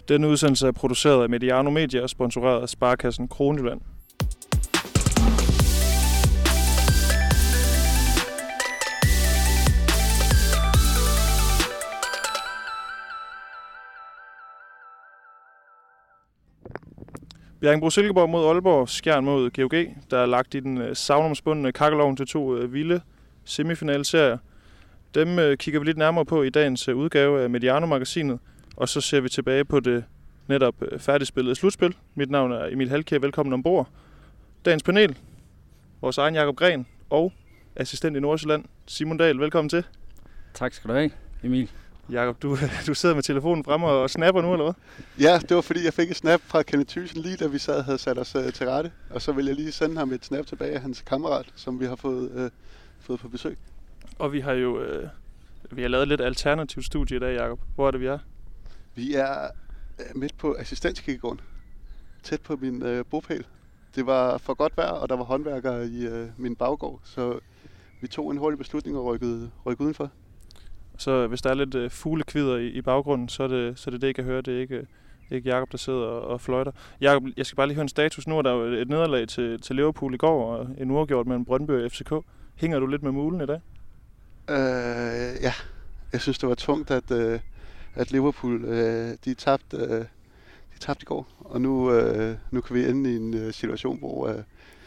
Denne udsendelse er produceret af Mediano Media og sponsoreret af Sparekassen Kronjylland. Bjerringbro-Silkeborg mod Aalborg, Skjern mod GOG, der er lagt i den savnomsbundne kakkelovn til 2 vilde semifinalserier. Dem kigger vi lidt nærmere på i dagens udgave af Mediano-magasinet, og så ser vi tilbage på det netop færdigspillede slutspil. Mit navn er Emil Halkjær, velkommen ombord. Dagens panel, vores egen Jakob Gren og assistent i Nordsjælland, Simon Dahl, velkommen til. Tak skal du have, Emil. Jakob, du sidder med telefonen fremme og snapper nu, eller hvad? Ja, det var fordi, jeg fik et snap fra Kenneth Thyssen lige da vi havde sat os til rette. Og så vil jeg lige sende ham et snap tilbage af hans kammerat, som vi har fået på besøg. Og vi har lavet lidt alternativt studie i dag, Jakob. Hvor er det, vi er? Vi er midt på assistenskirkegården, tæt på min bopæl. Det var for godt vejr, og der var håndværkere i min baggård, så vi tog en hurtig beslutning og rykkede udenfor. Så hvis der er lidt fuglekvider i baggrunden, så er det, I kan høre. Det er ikke Jakob, der sidder og fløjter. Jakob, jeg skal bare lige høre en status. Nu er der jo et nederlag til Liverpool i går, og en uafgjort mellem Brøndby og FCK. Hænger du lidt med mulen i dag? Ja, jeg synes, det var tungt, at Liverpool de tabte i går. Og nu kan vi ende i en situation, hvor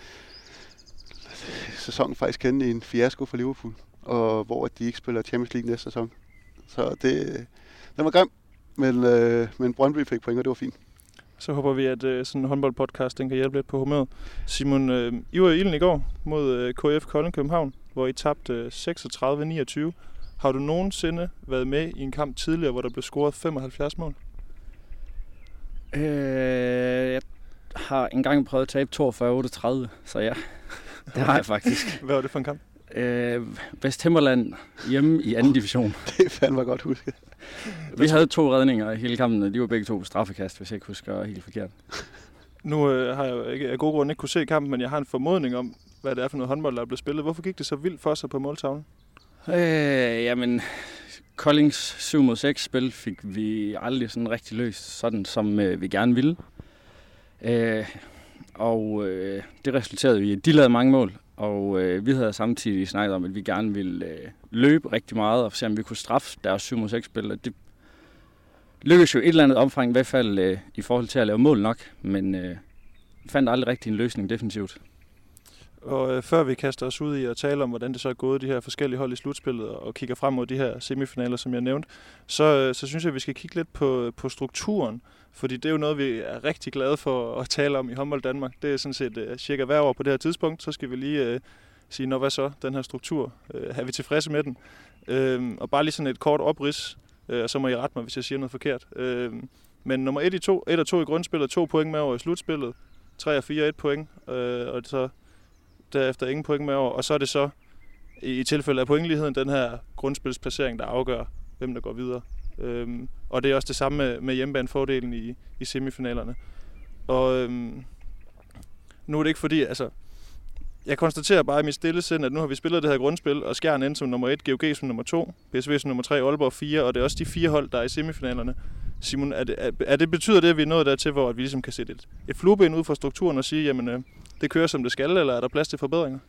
sæsonen faktisk ender i en fiasko for Liverpool. Og hvor de ikke spiller Champions League næste sæson. Så det var grimt, men Brøndby fik point, og det var fint. Så håber vi, at sådan en håndboldpodcast den kan hjælpe lidt på humøret. Simon, I var i ilden i går mod KF Kolding København, hvor I tabte 36-29. Har du nogensinde været med i en kamp tidligere, hvor der blev scoret 75 mål? Jeg har engang prøvet at tabe 42-38, så ja, det har jeg faktisk. Hvad var det for en kamp? Vesthimmerland hjemme i 2. division. Det fandme godt husket. Vi havde 2 redninger i hele kampen, og de var begge 2 straffekast, hvis jeg ikke husker helt forkert. Nu har jeg jo ikke, af gode grunde ikke kunne se kampen, men jeg har en formodning om, hvad det er for noget håndbold, der er blevet spillet. Hvorfor gik det så vildt for sig på måltavlen? Jamen, Koldings 7-6 spil fik vi aldrig sådan rigtig løst, sådan som vi gerne ville. Det resulterede i, at de lavede mange mål. Og vi havde samtidig snakket om, at vi gerne ville løbe rigtig meget og se, om vi kunne straffe deres 7-6-spil. Og det lykkedes jo et eller andet omfang, i hvert fald i forhold til at lave mål nok, men fandt aldrig rigtig en løsning defensivt. Og før vi kaster os ud i at tale om, hvordan det så er gået, de her forskellige hold i slutspillet, og kigger frem mod de her semifinaler, som jeg nævnte, så synes jeg, at vi skal kigge lidt på strukturen. Fordi det er jo noget, vi er rigtig glade for at tale om i Håndbold Danmark. Det er sådan set cirka hver år på det her tidspunkt. Så skal vi lige sige, hvad så, den her struktur? Er vi tilfredse med den? Og bare lige sådan et kort oprids, og så må I rette mig, hvis jeg siger noget forkert. Men nummer 1 og 2 i grundspillet, 2 point med over i slutspillet, 3 og 4 1 point, og så derefter ingen point med over. Og så er det så, i tilfælde af pointligheden, den her grundspilsplacering, der afgør, hvem der går videre. Og det er også det samme med hjemmebanefordelen i semifinalerne. Og nu er det ikke fordi, altså, jeg konstaterer bare i mit stille sind, at nu har vi spillet det her grundspil, og Skjern endte som nummer 1, GOG som nummer 2, PSV som nummer 3, Aalborg 4, og det er også de 4 hold, der er i semifinalerne. Simon, betyder det, at vi er nået dertil, hvor vi ligesom kan sætte et flueben ud fra strukturen og sige, jamen, det kører som det skal, eller er der plads til forbedringer?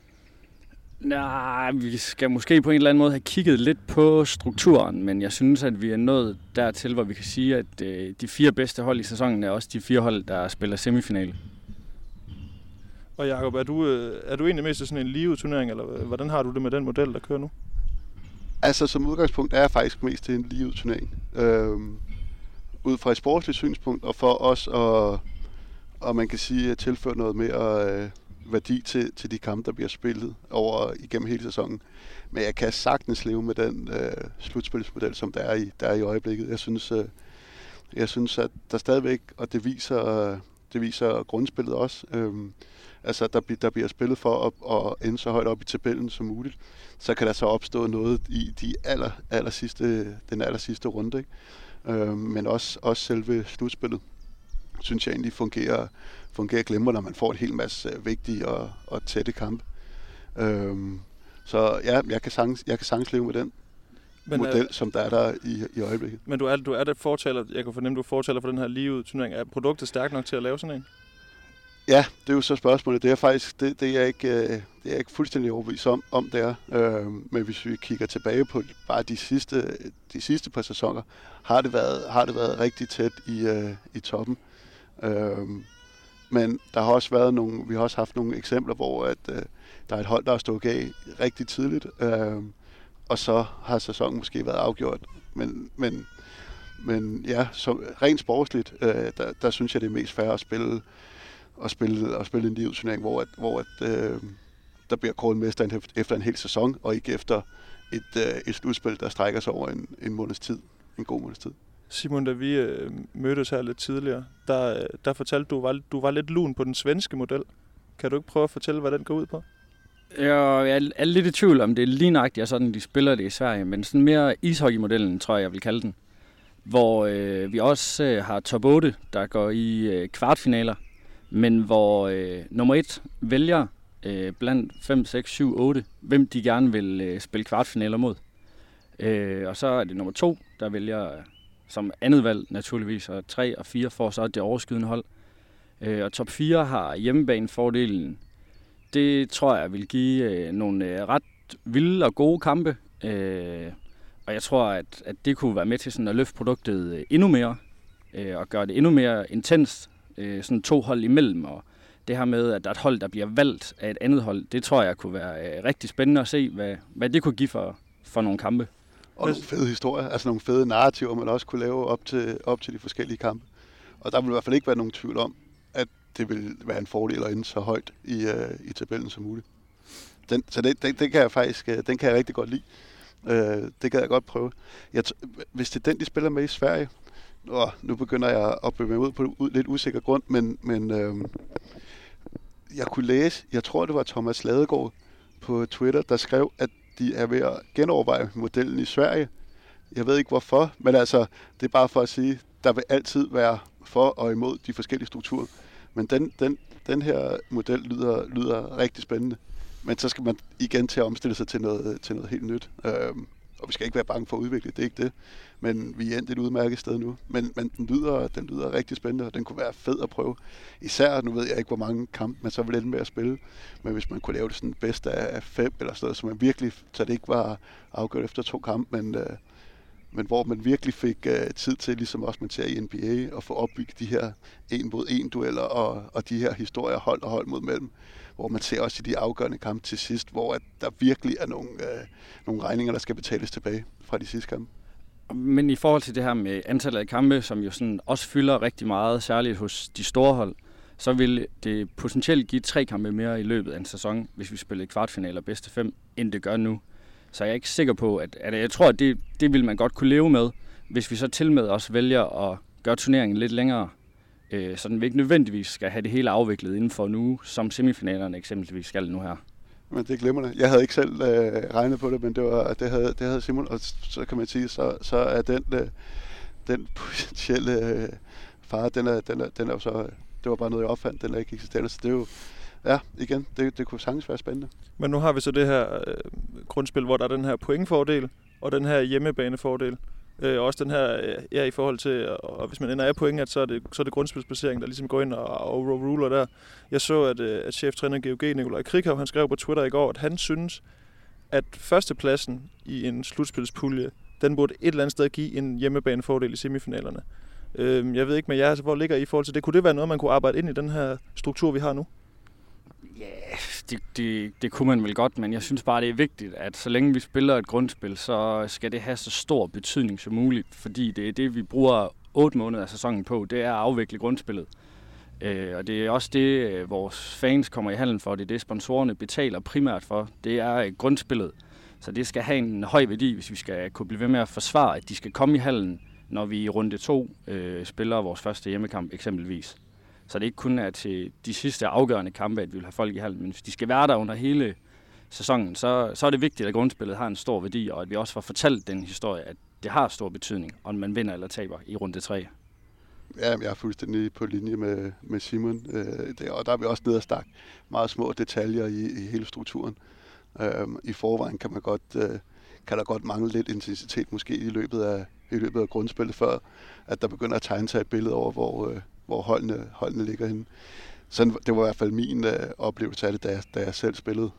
Nej, vi skal måske på en eller anden måde have kigget lidt på strukturen, men jeg synes, at vi er nået dertil, hvor vi kan sige, at de 4 bedste hold i sæsonen er også de 4 hold, der spiller semifinale. Og Jakob, er du egentlig mest sådan en live-turnering, eller hvordan har du det med den model, der kører nu? Altså, som udgangspunkt er jeg faktisk mest til en live-turnering. Ud fra et sportsligt synspunkt, og for os at man kan sige, at tilføre noget mere værdi til de kampe, der bliver spillet over igennem hele sæsonen. Men jeg kan sagtens leve med den slutspilsmodel, som der er i øjeblikket. Jeg synes, at der stadigvæk, og det viser grundspillet også, altså der bliver spillet for at ende så højt op i tabellen som muligt. Så kan der så opstå noget i den aller sidste runde, ikke? Men også selve slutspillet, synes jeg egentlig fungerer glimrende, når man får en hel masse vigtige og tætte kampe. Så ja, jeg kan sagtens leve med den. model, som der er der i øjeblikket. Men du er det fortaler, jeg kan fornemme, du fortaler for den her ligeud-turnering. Er produktet stærkt nok til at lave sådan en? Ja, det er jo så spørgsmålet. Det er faktisk, det er jeg ikke fuldstændig overbevist om det er. Men hvis vi kigger tilbage på bare de sidste par sæsoner, har det været rigtig tæt i toppen. Men der har også været vi har også haft nogle eksempler, hvor at, der er et hold, der har stået af rigtig tidligt, og så har sæsonen måske været afgjort. Men ja, så rent sportsligt, der synes jeg, det er mest fair at spille en liveturnering, hvor der bliver kåret mester efter en hel sæson, og ikke efter et slutspil, der strækker sig over en måneds tid, en god måneds tid. Simon, da vi mødtes her lidt tidligere, der fortalte du var lidt lun på den svenske model. Kan du ikke prøve at fortælle, hvad den går ud på? Jeg er lidt i tvivl om det er lige nøjagtigt, sådan de spiller det i Sverige, men sådan mere ishockeymodellen, tror jeg vil kalde den. Hvor vi også har top 8, der går i kvartfinaler, men hvor nummer 1 vælger blandt 5, 6, 7, 8, hvem de gerne vil spille kvartfinaler mod. Og så er det nummer 2, der vælger som andet valg naturligvis, og 3 og 4 får så det overskydende hold. Og top 4 har hjemmebanefordelen. Det tror jeg vil give nogle ret vilde og gode kampe. Og jeg tror, at det kunne være med til sådan at løfte produktet endnu mere, og gøre det endnu mere intenst, sådan 2 hold imellem. Og det her med, at der er et hold, der bliver valgt af et andet hold, det tror jeg kunne være rigtig spændende at se, hvad det kunne give for nogle kampe. Og nogle fede historier, altså nogle fede narrativer, man også kunne lave op til de forskellige kampe. Og der vil i hvert fald ikke være nogen tvivl om, at det vil være en fordel at ende så højt i tabellen som muligt. Den kan jeg faktisk, den kan jeg rigtig godt lide. Det kan jeg godt prøve. Hvis det er den, de spiller med i Sverige, nu begynder jeg at bevæge mig ud på lidt usikker grund, men jeg kunne læse, jeg tror det var Thomas Ladegaard på Twitter, der skrev, at de er ved at genoverveje modellen i Sverige. Jeg ved ikke hvorfor, men altså, det er bare for at sige, der vil altid være for og imod de forskellige strukturer. Men den her model lyder rigtig spændende. Men så skal man igen til at omstille sig til noget helt nyt. Og vi skal ikke være bange for at udvikle, det er ikke det. Men vi er endt et udmærket sted nu. Men den lyder rigtig spændende, og den kunne være fed at prøve. Især, nu ved jeg ikke, hvor mange kampe man så vil ende med at spille. Men hvis man kunne lave det sådan bedst af 5 eller sådan noget, så man virkelig, så det ikke var afgjort efter 2 kampe, men hvor man virkelig fik tid til, ligesom også man ser i NBA, at få opbygget de her 1-mod-1 dueller og de her historier hold mod mellem, hvor man ser også i de afgørende kampe til sidst, hvor at der virkelig er nogle regninger, der skal betales tilbage fra de sidste kampe. Men i forhold til det her med antallet af kampe, som jo sådan også fylder rigtig meget, særligt hos de store hold, så vil det potentielt give 3 kampe mere i løbet af en sæson, hvis vi spiller kvartfinaler bedste 5, end det gør nu. Så jeg er ikke sikker på, at jeg tror, at det vil man godt kunne leve med, hvis vi så til med også vælger at gøre turneringen lidt længere, så den ikke nødvendigvis skal have det hele afviklet inden for nu, som semifinalerne eksempelvis skal nu her. Men det glemmer det. Jeg havde ikke selv regnet på det, men det havde Simon, og så kan man sige, så er den potentielle fare, den er jo så, det var bare noget, jeg opfandt, den er ikke eksisterende, så det er jo, ja, igen, det kunne sagtens være spændende. Men nu har vi så det her grundspil, hvor der er den her pointfordel, og den her hjemmebanefordel. Også den her, i forhold til, og hvis man ender af point, så er det grundspilsplacering, der ligesom går ind og overruler der. Jeg så, at cheftræner GOG, Nikolaj Krikhav, han skrev på Twitter i går, at han synes, at førstepladsen i en slutspilspulje, den burde et eller andet sted give en hjemmebanefordel i semifinalerne. Jeg ved ikke med jer, hvor ligger I forhold til det? Kunne det være noget, man kunne arbejde ind i den her struktur, vi har nu? Ja, det kunne man vel godt, men jeg synes bare, det er vigtigt, at så længe vi spiller et grundspil, så skal det have så stor betydning som muligt, fordi det er det, vi bruger 8 måneder af sæsonen på, det er at afvikle grundspillet. Og det er også det, vores fans kommer i hallen for, det er det, sponsorerne betaler primært for, det er grundspillet. Så det skal have en høj værdi, hvis vi skal kunne blive ved med at forsvare, at de skal komme i hallen, når vi i runde 2 spiller vores første hjemmekamp eksempelvis. Så det ikke kun er til de sidste afgørende kampe, at vi vil have folk i hallen, men hvis de skal være der under hele sæsonen, så er det vigtigt, at grundspillet har en stor værdi, og at vi også får fortalt den historie, at det har stor betydning, om man vinder eller taber i runde 3. Ja, jeg er fuldstændig på linje med Simon, og der er vi også nede og snakke meget små detaljer i hele strukturen. I forvejen kan kan der godt mangle lidt intensitet måske i løbet af grundspillet, før at der begynder at tegne sig et billede over, hvor holdene ligger henne. Sådan, det var i hvert fald min oplevelse af det, da jeg selv spillede.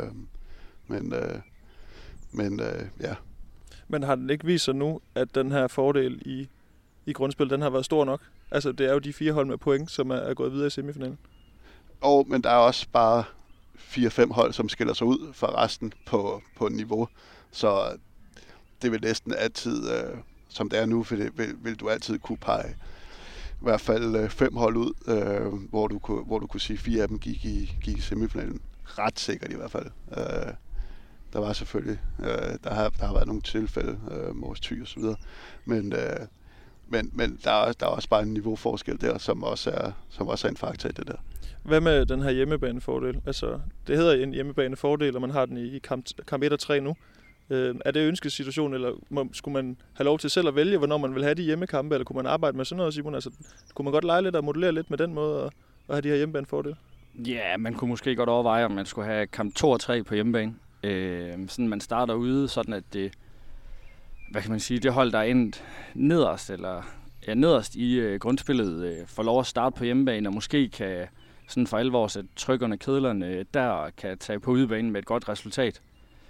Ja. Men har den ikke vist sig nu, at den her fordel i grundspil, den har været stor nok? Altså, det er jo de 4 hold med point, som er gået videre i semifinalen. Men der er også bare 4-5 hold, som skiller sig ud fra resten på niveau. Så det vil næsten altid, som det er nu, for det vil du altid kunne pege i hvert fald 5 hold ud, hvor du kunne sige, 4 af dem gik i semifinalen. Ret sikkert i hvert fald. Der var selvfølgelig, der har været nogle tilfælde, Mors Thy og så videre, men der er også bare en niveauforskel der, som også er en faktor i det der. Hvad med den her hjemmebanefordel? Altså, det hedder en hjemmebanefordel, og man har den i kamp 1 og 3 nu. Er det ønskesituation, eller skulle man have lov til selv at vælge, hvornår man vil have de hjemmekampe, eller kunne man arbejde med sådan noget, Simon? Altså, kunne man godt lege lidt og modellere lidt med den måde at have de her hjemmebanefordele? Ja, man kunne måske godt overveje, om man skulle have kamp 2 og 3 på hjemmebane. Sådan man starter ude, sådan at det, hvad kan man sige, det hold, der er endt nederst i grundspillet, får lov at starte på hjemmebane, og måske kan sådan for alvor sætte tryk under kedlerne der, kan tage på udebane med et godt resultat.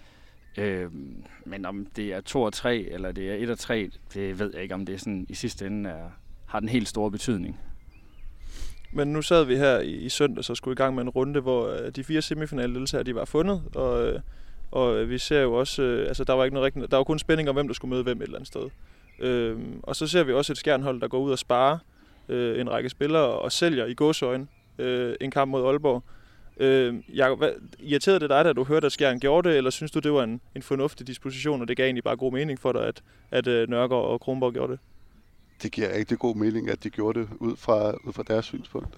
Men om det er 2 og 3, eller det er 1 og 3, det ved jeg ikke, om det er sådan i sidste ende har den helt store betydning. Men nu sad vi her i søndag, så skulle i gang med en runde, hvor de 4 semifinaldeltagere, de var fundet, og vi ser jo også, altså der var ikke noget rigtigt, der var kun spænding om, hvem der skulle møde hvem et eller andet sted. Og så ser vi også et Skjern-hold, der går ud og sparer en række spillere og sælger i gåseøjne en kamp mod Aalborg. Jakob, irriterede det dig, da du hørte, at Skjern gjorde det, eller synes du, det var en fornuftig disposition, og det gav egentlig bare god mening for dig, at Nørgaard og Kronborg gjorde det? Det giver rigtig god mening, at de gjorde det ud fra deres synspunkt.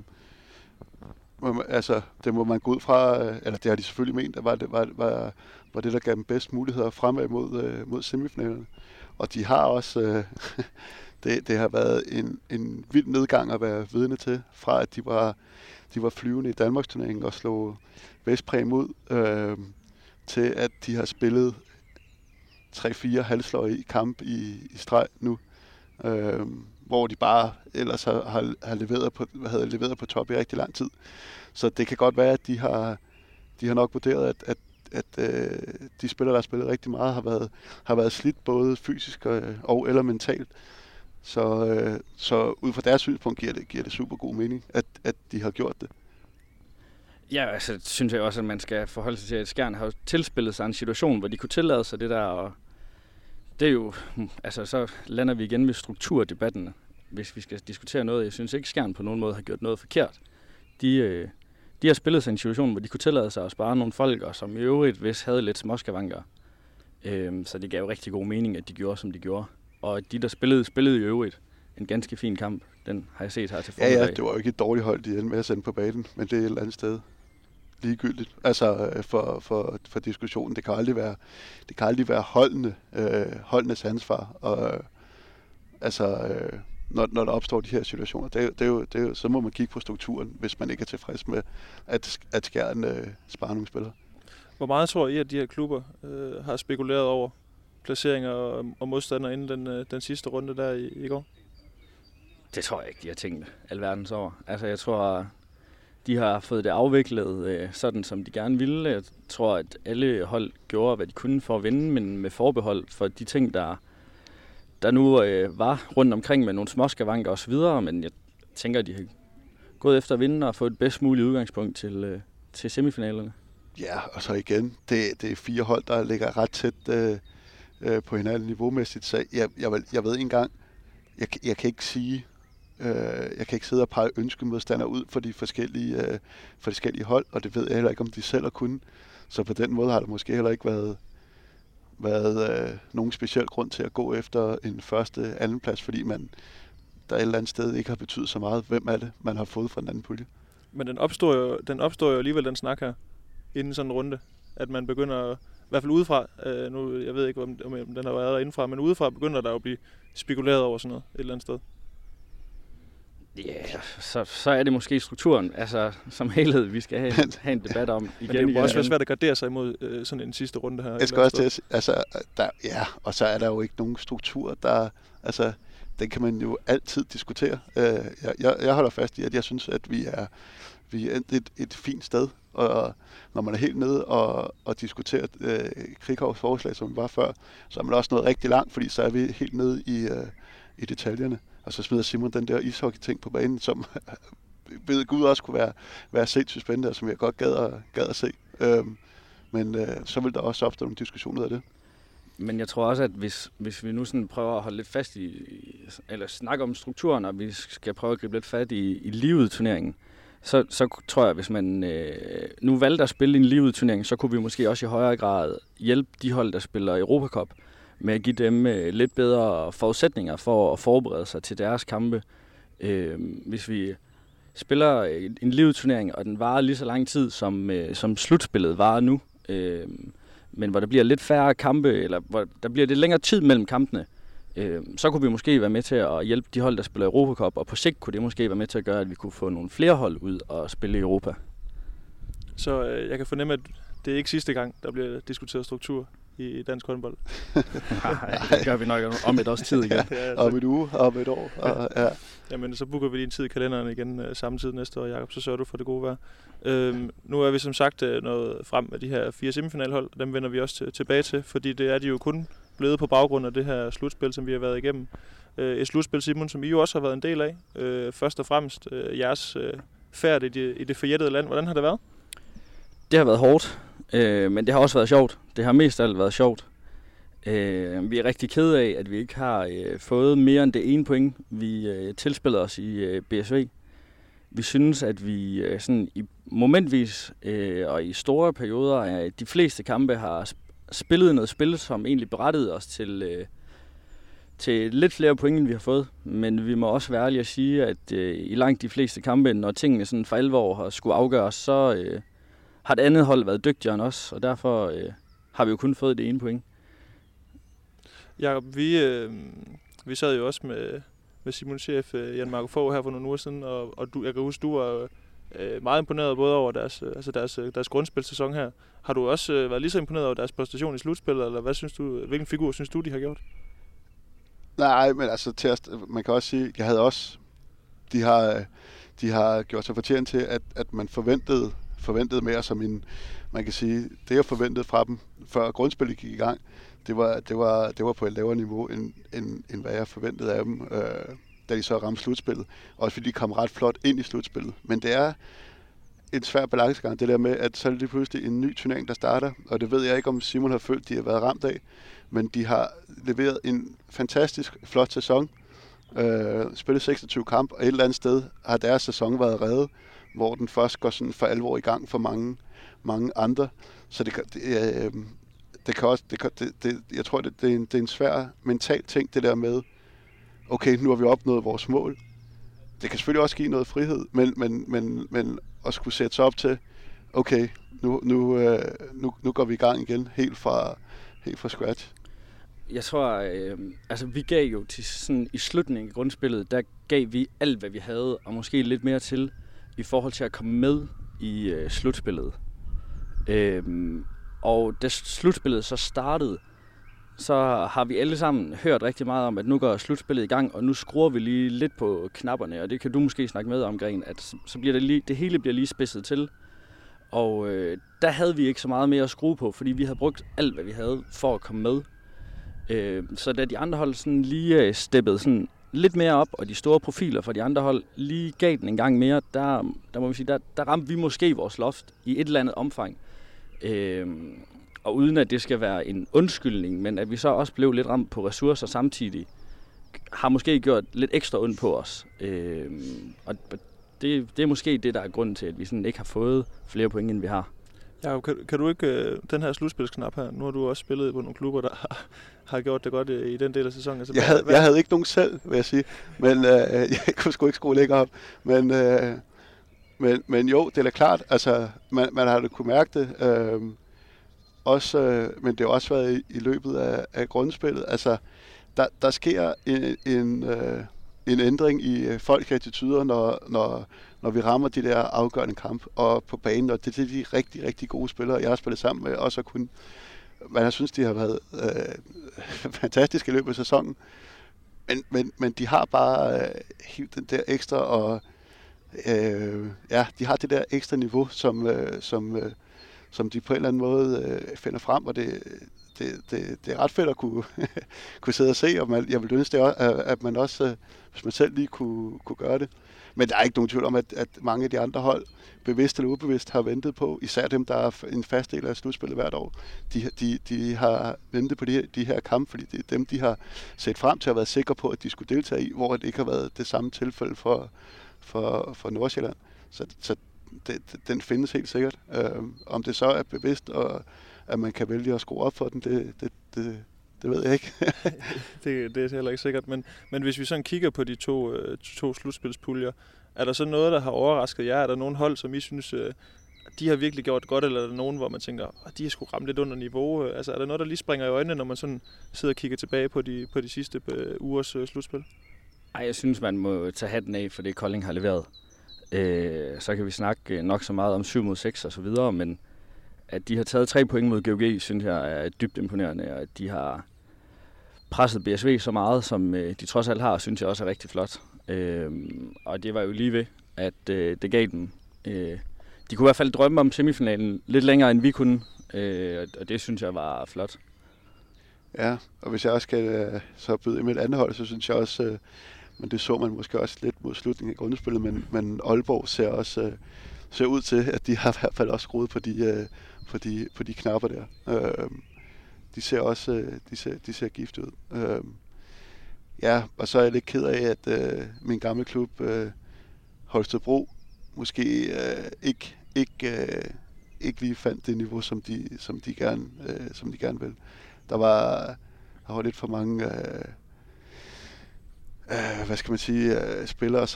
Altså, det må man gå ud fra, eller det har de selvfølgelig ment, at var det, der gav dem bedst muligheder fremad mod semifinalerne. Og de har også, det har været en vild nedgang at være vidne til, fra at de var flyvende i Danmarksturneringen og slog Vestpræm ud, til at de har spillet 3-4 halvsløje i kamp i streg nu. Hvor de bare ellers havde leveret på top i rigtig lang tid. Så det kan godt være, at de har nok vurderet, at de spillere, der har spillet rigtig meget, har været slidt både fysisk og eller mentalt. Så ud fra deres synspunkt giver det super god mening, at de har gjort det. Ja, altså synes jeg også, at man skal forholde sig til, at Skjern har tilspillet sig en situation, hvor de kunne tillade sig det der, og det er jo, altså så lander vi igen ved strukturdebatten, hvis vi skal diskutere noget. Jeg synes ikke, Skjern på nogen måde har gjort noget forkert. De har spillet sig en situation, hvor de kunne tillade sig at spare nogle folk, og som i øvrigt havde lidt småskavanker. Så det gav jo rigtig god mening, at de gjorde, som de gjorde. Og de, der spillede i øvrigt en ganske fin kamp. Den har jeg set her til formiddag. Ja, det var jo ikke et dårligt hold, de endte med at sende på banen, men det er et eller andet sted ligegyldigt. Altså for diskussionen, det kan aldrig være holdenes ansvar. Og når der opstår de her situationer, det er jo, så må man kigge på strukturen, hvis man ikke er tilfreds med, at Skjern sparer nogle spillere. Hvor meget tror I, at de her klubber har spekuleret over placeringer og modstandere inden den sidste runde der i går? Det tror jeg ikke, de har tænkt alverdens over. Altså jeg tror, de har fået det afviklet sådan, som de gerne ville. Jeg tror, at alle hold gjorde, hvad de kunne for at vinde, men med forbehold for de ting, der nu var rundt omkring med nogle småskavanker og så videre. Men jeg tænker, at de har gået efter at vinde og få et bedst muligt udgangspunkt til semifinalerne. Ja, og så igen, det er 4 hold, der ligger ret tæt på hinanden niveaumæssigt. Så jeg ved ikke engang, jeg kan ikke sige, jeg kan ikke sidde og pege ønskemodstandere ud for de forskellige hold, og det ved jeg heller ikke, om de selv har kunnet. Så på den måde har der måske heller ikke været nogen speciel grund til at gå efter en anden plads, fordi der et eller andet sted ikke har betydet så meget, hvem er det, man har fået fra den anden pulje. Men den opstår jo alligevel, den snak her, inden sådan en runde, at man begynder, i hvert fald udefra, nu jeg ved ikke, om den har været der indenfra, men udefra begynder der jo at blive spekuleret over sådan noget et eller andet sted. Ja, så er det måske strukturen, altså som helhed, vi skal have en debat om igen. Men det må også være svært at gardere sig imod sådan en sidste runde her. Jeg skal også til altså, og så er der jo ikke nogen struktur, der, altså, den kan man jo altid diskutere. Jeg holder fast i, at jeg synes, at vi er et fint sted, og når man er helt nede og diskuterer Krikhovs forslag, som vi var før, så er man også nået rigtig langt, fordi så er vi helt nede i detaljerne. Og så smider Simon den der ishockey-ting på banen, som ved Gud også kunne være sindssygt spændende, og som jeg godt gad at se. Men så vil der også opstå nogle diskussioner af det. Men jeg tror også, at hvis vi nu sådan prøver at holde lidt fast eller snakke om strukturen, og vi skal prøve at gribe lidt fat i livet-turneringen, så tror jeg, at hvis man nu valgte at spille en livet-turnering, så kunne vi måske også i højere grad hjælpe de hold, der spiller Europa Cup, med at give dem lidt bedre forudsætninger for at forberede sig til deres kampe. Hvis vi spiller en livet-turnering, og den varer lige så lang tid, som slutspillet varer nu, men hvor der bliver lidt færre kampe, eller hvor der bliver lidt længere tid mellem kampene, så kunne vi måske være med til at hjælpe de hold, der spiller Europa Cup, og på sigt kunne det måske være med til at gøre, at vi kunne få nogle flere hold ud og spille i Europa. Så jeg kan fornemme, at det er ikke sidste gang, der bliver diskuteret struktur i dansk håndbold. Nej, det gør vi nok om et års tid igen. Om et uge, om et år. Ja. Jamen, så booker vi lige en tid i kalenderen igen samtidig næste år, Jakob. Så sørger du for det gode vejr. Nu er vi som sagt nået frem med de her 4 semifinalhold. Dem vender vi også tilbage til, fordi det er de jo kun blevet på baggrund af det her slutspil, som vi har været igennem. Et slutspil, Simon, som I jo også har været en del af. Først og fremmest jeres færd i det forjættede land. Hvordan har det været? Det har været hårdt, men det har også været sjovt. Det har mest af alt været sjovt. Vi er rigtig kede af, at vi ikke har fået mere end det ene point, vi tilspillede os i BSV. Vi synes, at vi sådan i momentvis og i store perioder af de fleste kampe har spillet noget spil, som egentlig berettede os til lidt flere point, end vi har fået. Men vi må også være ærlige at sige, at i langt de fleste kampe, når tingene sådan for alvor har skulle afgøres, så har det andet hold været dygtigere end os, og derfor har vi jo kun fået det ene point. Jakob, vi sad jo også med Simons chef Jan Marco Fogh her for nogle uger siden, og jeg kan huske, du var meget imponeret både over deres grundspilsæson her. Har du også været lige så imponeret over deres præstation i slutspillet, eller hvad synes du, hvilken figur synes du, de har gjort? Nej, men altså man kan også sige, jeg havde også, de har gjort sig fortjent til, at man forventede mere som man kan sige, det jeg forventede fra dem, før grundspillet gik i gang, det var på et lavere niveau, end hvad jeg forventede af dem, da de så ramte slutspillet. Også fordi de kom ret flot ind i slutspillet. Men det er en svær balancegang, det der med, at så er det lige pludselig en ny turnering, der starter, og det ved jeg ikke, om Simon har følt, de har været ramt af, men de har leveret en fantastisk flot sæson, spillet 26 kamp, og et eller andet sted har deres sæson været reddet, hvor den først går sådan for alvor i gang for mange andre. Så jeg tror, det er en svær mental ting, det der med, okay, nu har vi opnået vores mål. Det kan selvfølgelig også give noget frihed, men at skulle sætte sig op til, okay, nu går vi i gang igen, helt fra scratch. Jeg tror, vi gav jo til sådan i slutningen af grundspillet, der gav vi alt, hvad vi havde, og måske lidt mere til, i forhold til at komme med i slutspillet. Og da slutspillet så startede, så har vi alle sammen hørt rigtig meget om, at nu går slutspillet i gang, og nu skruer vi lige lidt på knapperne, og det kan du måske snakke med om, Gren, at så bliver det hele bliver lige spidset til. Og der havde vi ikke så meget mere at skrue på, fordi vi havde brugt alt, hvad vi havde for at komme med. Så da de andre hold sådan lige steppede sådan lidt mere op, og de store profiler fra de andre hold lige gav den en gang mere, der må vi sige, der ramte vi måske vores loft i et eller andet omfang. Og uden at det skal være en undskyldning, men at vi så også blev lidt ramt på ressourcer samtidig, har måske gjort lidt ekstra ondt på os. Og det er måske det, der er grunden til, at vi sådan ikke har fået flere point, end vi har. Ja, kan du ikke, den her slutspilsknap her, nu har du også spillet på nogle klubber, der har gjort det godt i den del af sæsonen. Altså, jeg havde ikke nogen selv, vil jeg sige, men jeg kunne sgu ikke skrue længere op. Men jo, det er da klart, altså man har da kunne mærke det, men det har også været i løbet af grundspillet. Altså, der sker en ændring i folks attityder, når vi rammer de der afgørende kamp og på banen, og det er de rigtig, rigtig gode spillere, jeg har spillet sammen med, også at kunne. Man har synes, de har været fantastiske i løbet af sæsonen, men de har bare helt den der ekstra, og de har det der ekstra niveau, som de på en eller anden måde finder frem, og det er ret fedt at kunne sidde og se, og jeg vil ønske det, at man også, hvis man selv lige kunne gøre det. Men der er ikke nogen tvivl om, at mange af de andre hold, bevidst eller ubevidst, har ventet på, især dem, der er en fast del af slutspillet hvert år, de har ventet på de her kampe, fordi det er dem, de har set frem til at være sikre på, at de skulle deltage i, hvor det ikke har været det samme tilfælde for Nordsjælland. Så den findes helt sikkert. Om det så er bevidst, og at man kan vælge at skrue op for den, det ved jeg ikke. det er heller ikke sikkert, men hvis vi sådan kigger på de to slutspilspuljer, er der så noget, der har overrasket jer? Er der nogen hold, som I synes, de har virkelig gjort godt, eller er der nogen, hvor man tænker, de har sgu ramt lidt under niveau? Altså er der noget, der lige springer i øjnene, når man sådan sidder og kigger tilbage på de sidste ugers slutspil? Ej, jeg synes, man må tage hatten af for det, Kolding har leveret. Så kan vi snakke nok så meget om 7-6 og så videre, men at de har taget 3 point mod GOG, synes jeg er dybt imponerende, og at de har presset BSV så meget, som de trods alt har, synes jeg også er rigtig flot. Og det var jo lige ved, at det gav dem. De kunne i hvert fald drømme om semifinalen lidt længere, end vi kunne, og det synes jeg var flot. Ja, og hvis jeg også skal så byde med et andet hold, så synes jeg også, men det så man måske også lidt mod slutningen af grundspillet, men Aalborg ser ud til, at de har i hvert fald også skruet på de knapper der. De ser også de ser gift ud. Og så er jeg lidt ked af, at min gamle klub Holstebro måske ikke lige fandt det niveau, som de gerne vil. Der var lidt for mange spillere,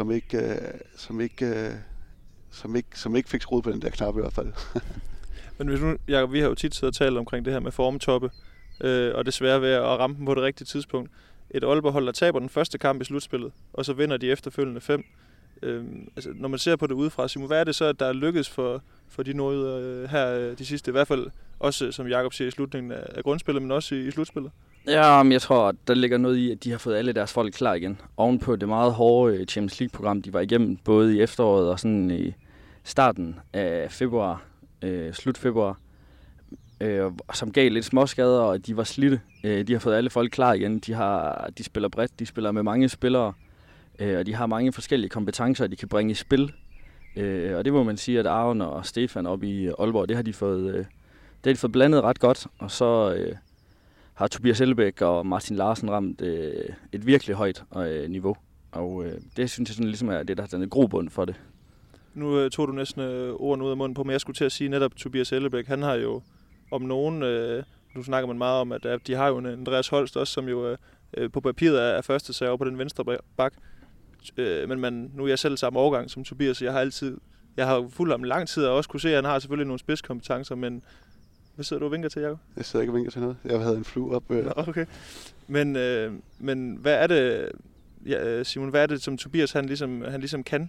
som ikke fik skruet på den der knap i hvert fald. Men hvis nu, Jacob, vi har jo tit siddet og talt omkring det her med formtoppe, og det svære ved at ramme dem på det rigtige tidspunkt. Et Aalborg-hold, der taber den første kamp i slutspillet, og så vinder de efterfølgende 5. Når man ser på det udefra, Simon, hvad er det så, at der er lykkedes for de noget her de sidste, i hvert fald også, som Jacob siger, i slutningen af grundspillet, men også i slutspillet? Ja, men jeg tror, at der ligger noget i, at de har fået alle deres folk klar igen. Ovenpå det meget hårde Champions League-program, de var igennem, både i efteråret og sådan i starten af februar, slut februar, som gav lidt småskader, og de var slidte. De har fået alle folk klar igen. De spiller bredt, de spiller med mange spillere, og de har mange forskellige kompetencer, de kan bringe i spil. Og det må man sige, at Aron og Stefan oppe i Aalborg, det har de fået blandet ret godt. Og så har Tobias Ellebæk og Martin Larsen ramt et virkelig højt niveau. Og det synes jeg sådan ligesom er det, der har dannet grobund for det. Nu tog du næsten ordene ud af munden på, men jeg skulle til at sige netop Tobias Ellebæk. Han har jo om nogen, nu snakker man meget om, at de har jo en Andreas Holst også, som jo på papiret er første serve på den venstre bak. Men nu er jeg selv samme årgang som Tobias, så jeg har fulgt ham lang tid, og også kunne se, at han har selvfølgelig nogle spidskompetencer, men hvad sidder du og vinker til, Jacob? Jeg sidder ikke og vinker til noget. Jeg havde en flue op. Nå, okay. Men hvad er det, Simon, hvad er det, som Tobias han ligesom kan?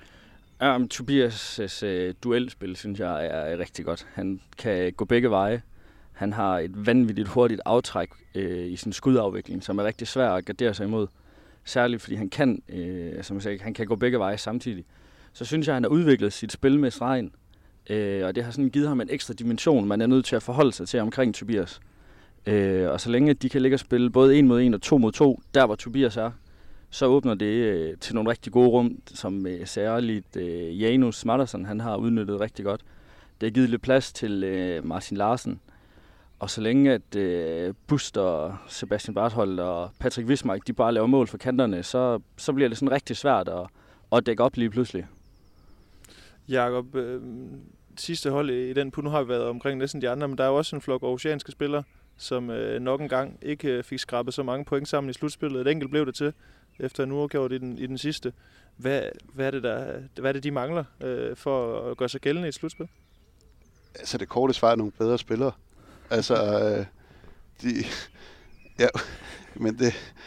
Tobias' duelspil, synes jeg, er rigtig godt. Han kan gå begge veje. Han har et vanvittigt hurtigt aftræk i sin skudafvikling, som er rigtig svær at gardere sig imod. Særligt fordi han kan, som jeg sagde, han kan gå begge veje samtidig. Så synes jeg, han har udviklet sit spil med stregen. Og det har sådan givet ham en ekstra dimension, man er nødt til at forholde sig til omkring Tobias. Og så længe de kan ligge og spille både 1 mod 1 og 2 mod 2, der hvor Tobias er, så åbner det til nogle rigtig gode rum, som særligt Janus Mattersson, han har udnyttet rigtig godt. Det har givet lidt plads til Martin Larsen. Og så længe at Buster, Sebastian Barthold og Patrick Wismark, de bare laver mål for kanterne, så bliver det sådan rigtig svært at dække op lige pludselig. Jakob, sidste hold i den nu har vi været omkring næsten de andre, men der er jo også en flok aarhusianske spillere, som nok engang ikke fik skrabet så mange point sammen i slutspillet. Et enkelt blev det til, efter en uafgjort i den sidste. Hvad er det, de mangler for at gøre sig gældende i et slutspil? Altså det korte svar er nogle bedre spillere. Altså, men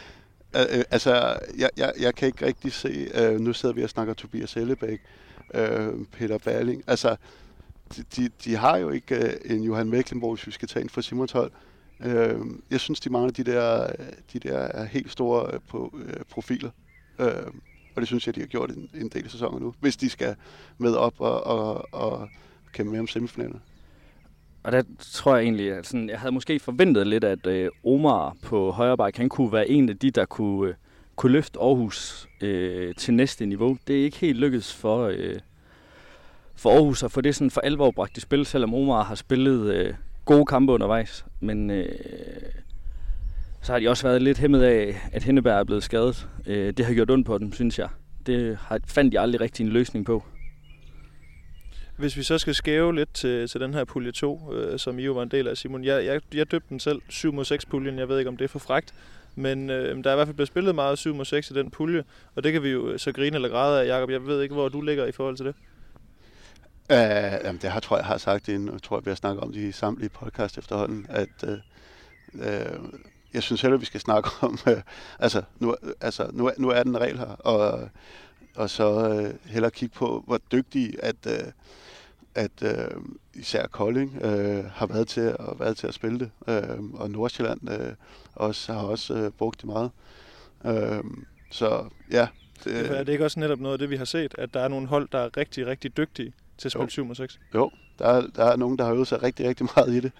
Jeg kan ikke rigtig se, nu sidder vi og snakker Tobias Ellebæk, Peter Balling, altså de har jo ikke en Johan Mecklenburg, hvis vi skal tage en fra Simons hold. Jeg synes, de mangler de der helt store profiler, og det synes jeg, de har gjort en del sæsoner nu, hvis de skal med op og kæmpe med om semifinalerne. Og der tror jeg egentlig, at jeg havde måske forventet lidt, at Omar på højre back, han kunne være en af de, der kunne løfte Aarhus til næste niveau. Det er ikke helt lykkedes for Aarhus at få det sådan for alvor bragt i spil, selvom Omar har spillet gode kampe undervejs. Men så har de også været lidt hæmmet af, at Henneberg er blevet skadet. Det har gjort ondt på dem, synes jeg. Det fandt de aldrig rigtig en løsning på. Hvis vi så skal skæve lidt til den her pulje 2, som I jo var en del af, Simon. Jeg døbte den selv 7-6-puljen. Jeg ved ikke, om det er for frækt. Men der er i hvert fald blevet spillet meget 7-6 i den pulje. Og det kan vi jo så grine eller græde af, Jakob. Jeg ved ikke, hvor du ligger i forhold til det. Jamen, det tror jeg har sagt inden. Jeg tror, vi har snakket om det i samtlige podcast efterhånden. At jeg synes heller, vi skal snakke om... Nu er den regel her. Og så hellere kigge på, hvor dygtige at især Kolding har været til at spille det, og Nordsjælland har også brugt det meget. Så ja. Er det ikke også netop noget af det, vi har set, at der er nogle hold, der er rigtig, rigtig dygtige til at spille 7-6? Jo, der er nogen, der har øvet sig rigtig, rigtig meget i det,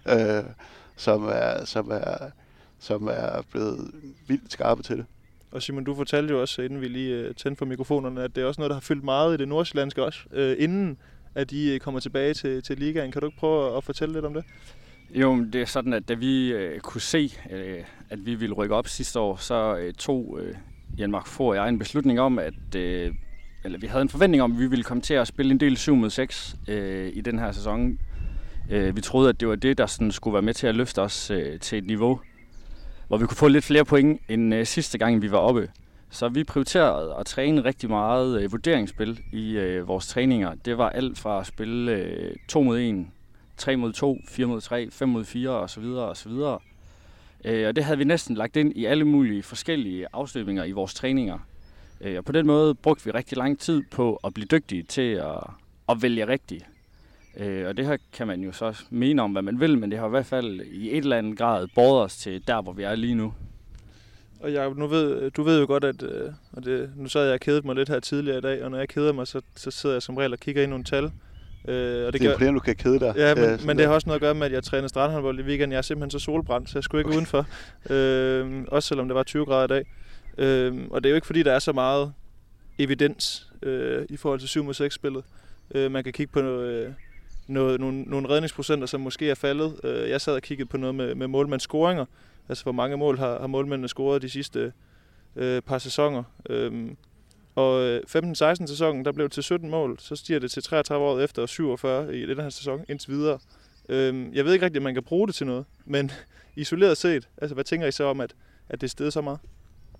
som er blevet vildt skarpe til det. Og Simon, du fortalte jo også, inden vi lige tændte for mikrofonerne, at det er også noget, der har fyldt meget i det nordsjællandske også, inden at de kommer tilbage til ligaen. Kan du ikke prøve at fortælle lidt om det? Jo, det er sådan, at da vi kunne se, at vi ville rykke op sidste år, så tog Hjelmark Fogh og jeg en beslutning om, at vi havde en forventning om, at vi ville komme til at spille en del 7-6 i den her sæson. Vi troede, at det var det, der sådan skulle være med til at løfte os til et niveau, hvor vi kunne få lidt flere point end sidste gang, vi var oppe. Så vi prioriterede at træne rigtig meget vurderingsspil i vores træninger. Det var alt fra at spille 2 mod 1, 3 mod 2, 4 mod 3, 5 mod 4 osv. osv. Og det havde vi næsten lagt ind i alle mulige forskellige afstøbninger i vores træninger. Og på den måde brugte vi rigtig lang tid på at blive dygtige til at vælge rigtigt. Og det her kan man jo så mene om, hvad man vil, men det har i hvert fald i et eller andet grad båret os til der, hvor vi er lige nu. Og Jacob, du ved jo godt, at nu sad jeg og kedede mig lidt her tidligere i dag, og når jeg keder mig, så sidder jeg som regel og kigger ind nogle tal. Og det er jo du kan kede dig. Ja, men det har også noget at gøre med, at jeg træner strandhåndbold i weekenden. Jeg er simpelthen så solbrændt, så jeg skulle ikke udenfor. Også selvom det var 20 grader i dag. Og det er jo ikke fordi, der er så meget evidens i forhold til 7-6-spillet. Man kan kigge på nogle redningsprocenter, som måske er faldet. Jeg sad og kiggede på noget med målmandsscoringer. Altså, hvor mange mål har målmændene scoret de sidste par sæsoner. Og 15-16 sæsonen, der blev det til 17 mål. Så stiger det til 33 år efter og 47 i den her sæson indtil videre. Jeg ved ikke rigtigt, om man kan bruge det til noget. Men isoleret set, altså, hvad tænker I så om, at det er steget så meget?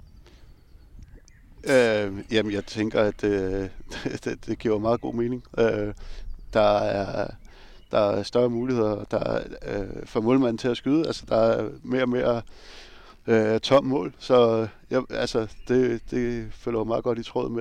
Jamen, jeg tænker, at det giver meget god mening. Der er større muligheder for målmanden til at skyde. Altså, der er mere og mere tom mål. Så det følger meget godt i tråd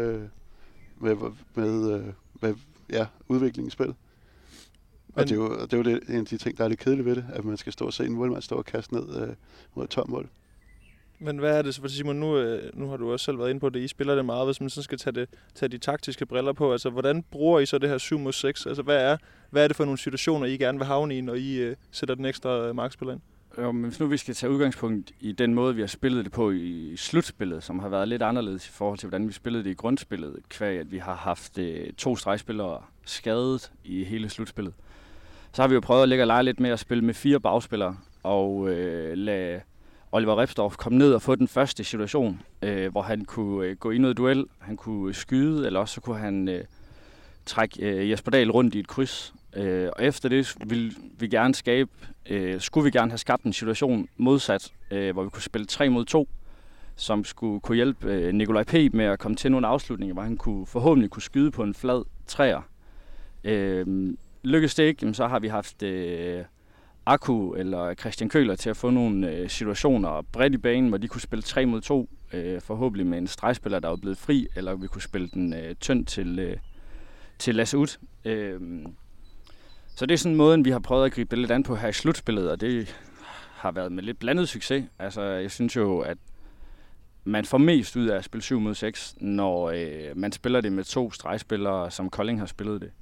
med udviklingen i spillet. Og det er jo en af de ting, der er lidt kedeligt ved det, at man skal stå og se en målmand stå og kaste ned mod et tom mål. Men hvad er det så for Simon, nu har du også selv været inde på det, I spiller det meget, hvis man så skal tage de taktiske briller på, altså hvordan bruger I så det her 7-6? Altså hvad er det for nogle situationer, I gerne vil havne i, når I sætter den ekstra markspiller ind? Jo, men hvis nu vi skal tage udgangspunkt i den måde, vi har spillet det på i slutspillet, som har været lidt anderledes i forhold til, hvordan vi spillede det i grundspillet, kvæg at vi har haft 2 stregspillere skadet i hele slutspillet. Så har vi jo prøvet at lægge og lege lidt med at spille med 4 bagspillere, og lade Oliver Repsdorff kom ned og få den første situation, hvor han kunne gå i noget duel, han kunne skyde, eller også så kunne han trække Jesper Dahl rundt i et kryds. Og efter det skulle vi gerne have skabt en situation modsat, hvor vi kunne spille 3 mod 2, som skulle kunne hjælpe Nikolaj P. med at komme til nogle afslutninger, hvor han forhåbentlig kunne skyde på en flad træer. Lykkes det ikke, så har vi haft Akku eller Christian Køhler til at få nogle situationer bredt i banen, hvor de kunne spille 3 mod 2 forhåbentlig med en stregspiller, der er blevet fri, eller vi kunne spille den tynd til Lasse Ud. Så det er sådan en måde, vi har prøvet at gribe det lidt an på her i slutspillet, og det har været med lidt blandet succes. Altså, jeg synes jo, at man får mest ud af at spille 7 mod 6, når man spiller det med 2 stregspillere, som Kolding har spillet det.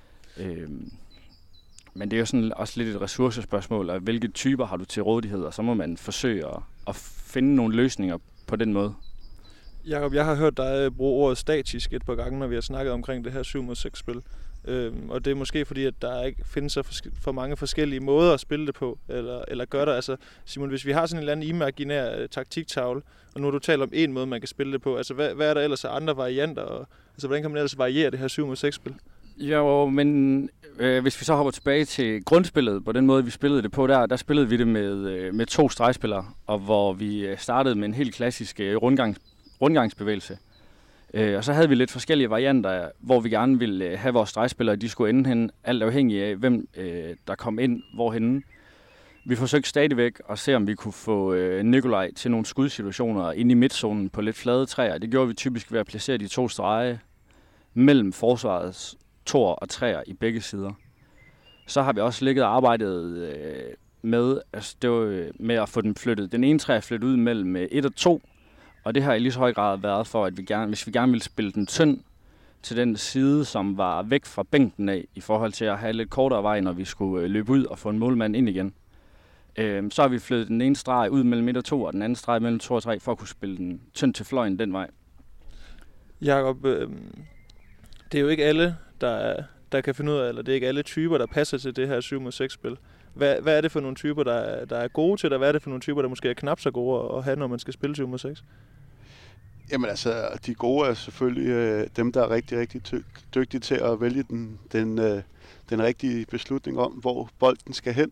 Men det er jo sådan også lidt et ressourcespørgsmål, og hvilke typer har du til rådighed, og så må man forsøge at finde nogle løsninger på den måde. Jakob, jeg har hørt dig bruge ordet statisk et par gange, når vi har snakket omkring det her 7 mod 6 spil. Og det er måske fordi, at der ikke findes så for mange forskellige måder at spille det på, eller gøre det. Altså, Simon, hvis vi har sådan en eller anden imaginær taktiktavle, og nu har du talt om en måde, man kan spille det på, altså hvad er der ellers af andre varianter, og altså, hvordan kan man ellers variere det her 7 mod 6 spil? Jo, men hvis vi så hopper tilbage til grundspillet, på den måde, vi spillede det på der spillede vi det med 2 stregspillere, og hvor vi startede med en helt klassisk rundgangsbevægelse. Og så havde vi lidt forskellige varianter, hvor vi gerne ville have vores stregspillere, de skulle ende hen, alt afhængig af, hvem der kom ind, hvorhenne. Vi forsøgte stadigvæk at se, om vi kunne få Nikolaj til nogle skudsituationer inde i midtzonen på lidt flade træer. Det gjorde vi typisk ved at placere de 2 strege mellem forsvarets 2'er og 3'er i begge sider. Så har vi også ligget og arbejdet med at få den flyttet. Den ene træ flyttet ud mellem 1 og 2, og det har i lige så høj grad været for, at hvis vi gerne ville spille den tynd til den side, som var væk fra bænken af, i forhold til at have lidt kortere vej, når vi skulle løbe ud og få en målmand ind igen. Så har vi flyttet den ene streg ud mellem 1 og 2, og den anden streg mellem 2 og 3, for at kunne spille den tynd til fløjen den vej. Jakob, det er jo ikke alle, der kan finde ud af, eller det er ikke alle typer, der passer til det her 7 mod 6 spil. Hvad er det for nogle typer, der er gode til det, og hvad er det for nogle typer, der måske er knap så gode at have, når man skal spille 7 mod 6? Jamen altså, de gode er selvfølgelig dem, der er rigtig, rigtig dygtige til at vælge den rigtige beslutning om, hvor bolden skal hen.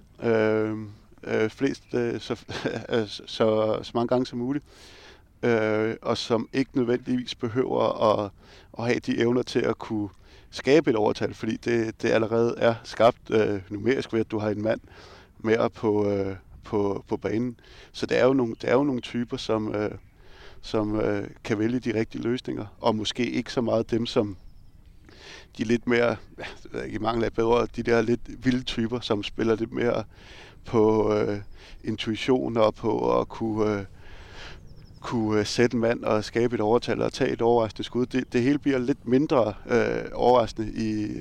Flest så mange gange som muligt. Og som ikke nødvendigvis behøver at have de evner til at kunne skabe et overtal, fordi det allerede er skabt numerisk ved, at du har en mand mere på banen. Så det er jo nogle typer, som kan vælge de rigtige løsninger, og måske ikke så meget dem, som de lidt mere, i mangel af bedre, de der lidt vilde typer, som spiller lidt mere på intuition og på at kunne sætte en mand og skabe et overtal og tage et overraskende skud. Det hele bliver lidt mindre overraskende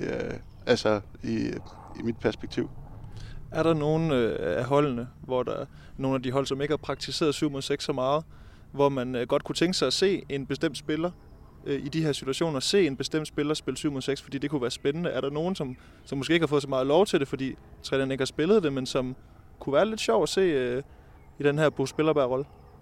i mit perspektiv. Er der nogle af holdene, hvor der nogle af de hold, som ikke har praktiseret 7 mod 6 så meget, hvor man godt kunne tænke sig at se en bestemt spiller i de her situationer, se en bestemt spiller spille 7 mod 6, fordi det kunne være spændende? Er der nogen, som måske ikke har fået så meget lov til det, fordi træneren ikke har spillet det, men som kunne være lidt sjov at se i den her Bo Spillerberg-rolle?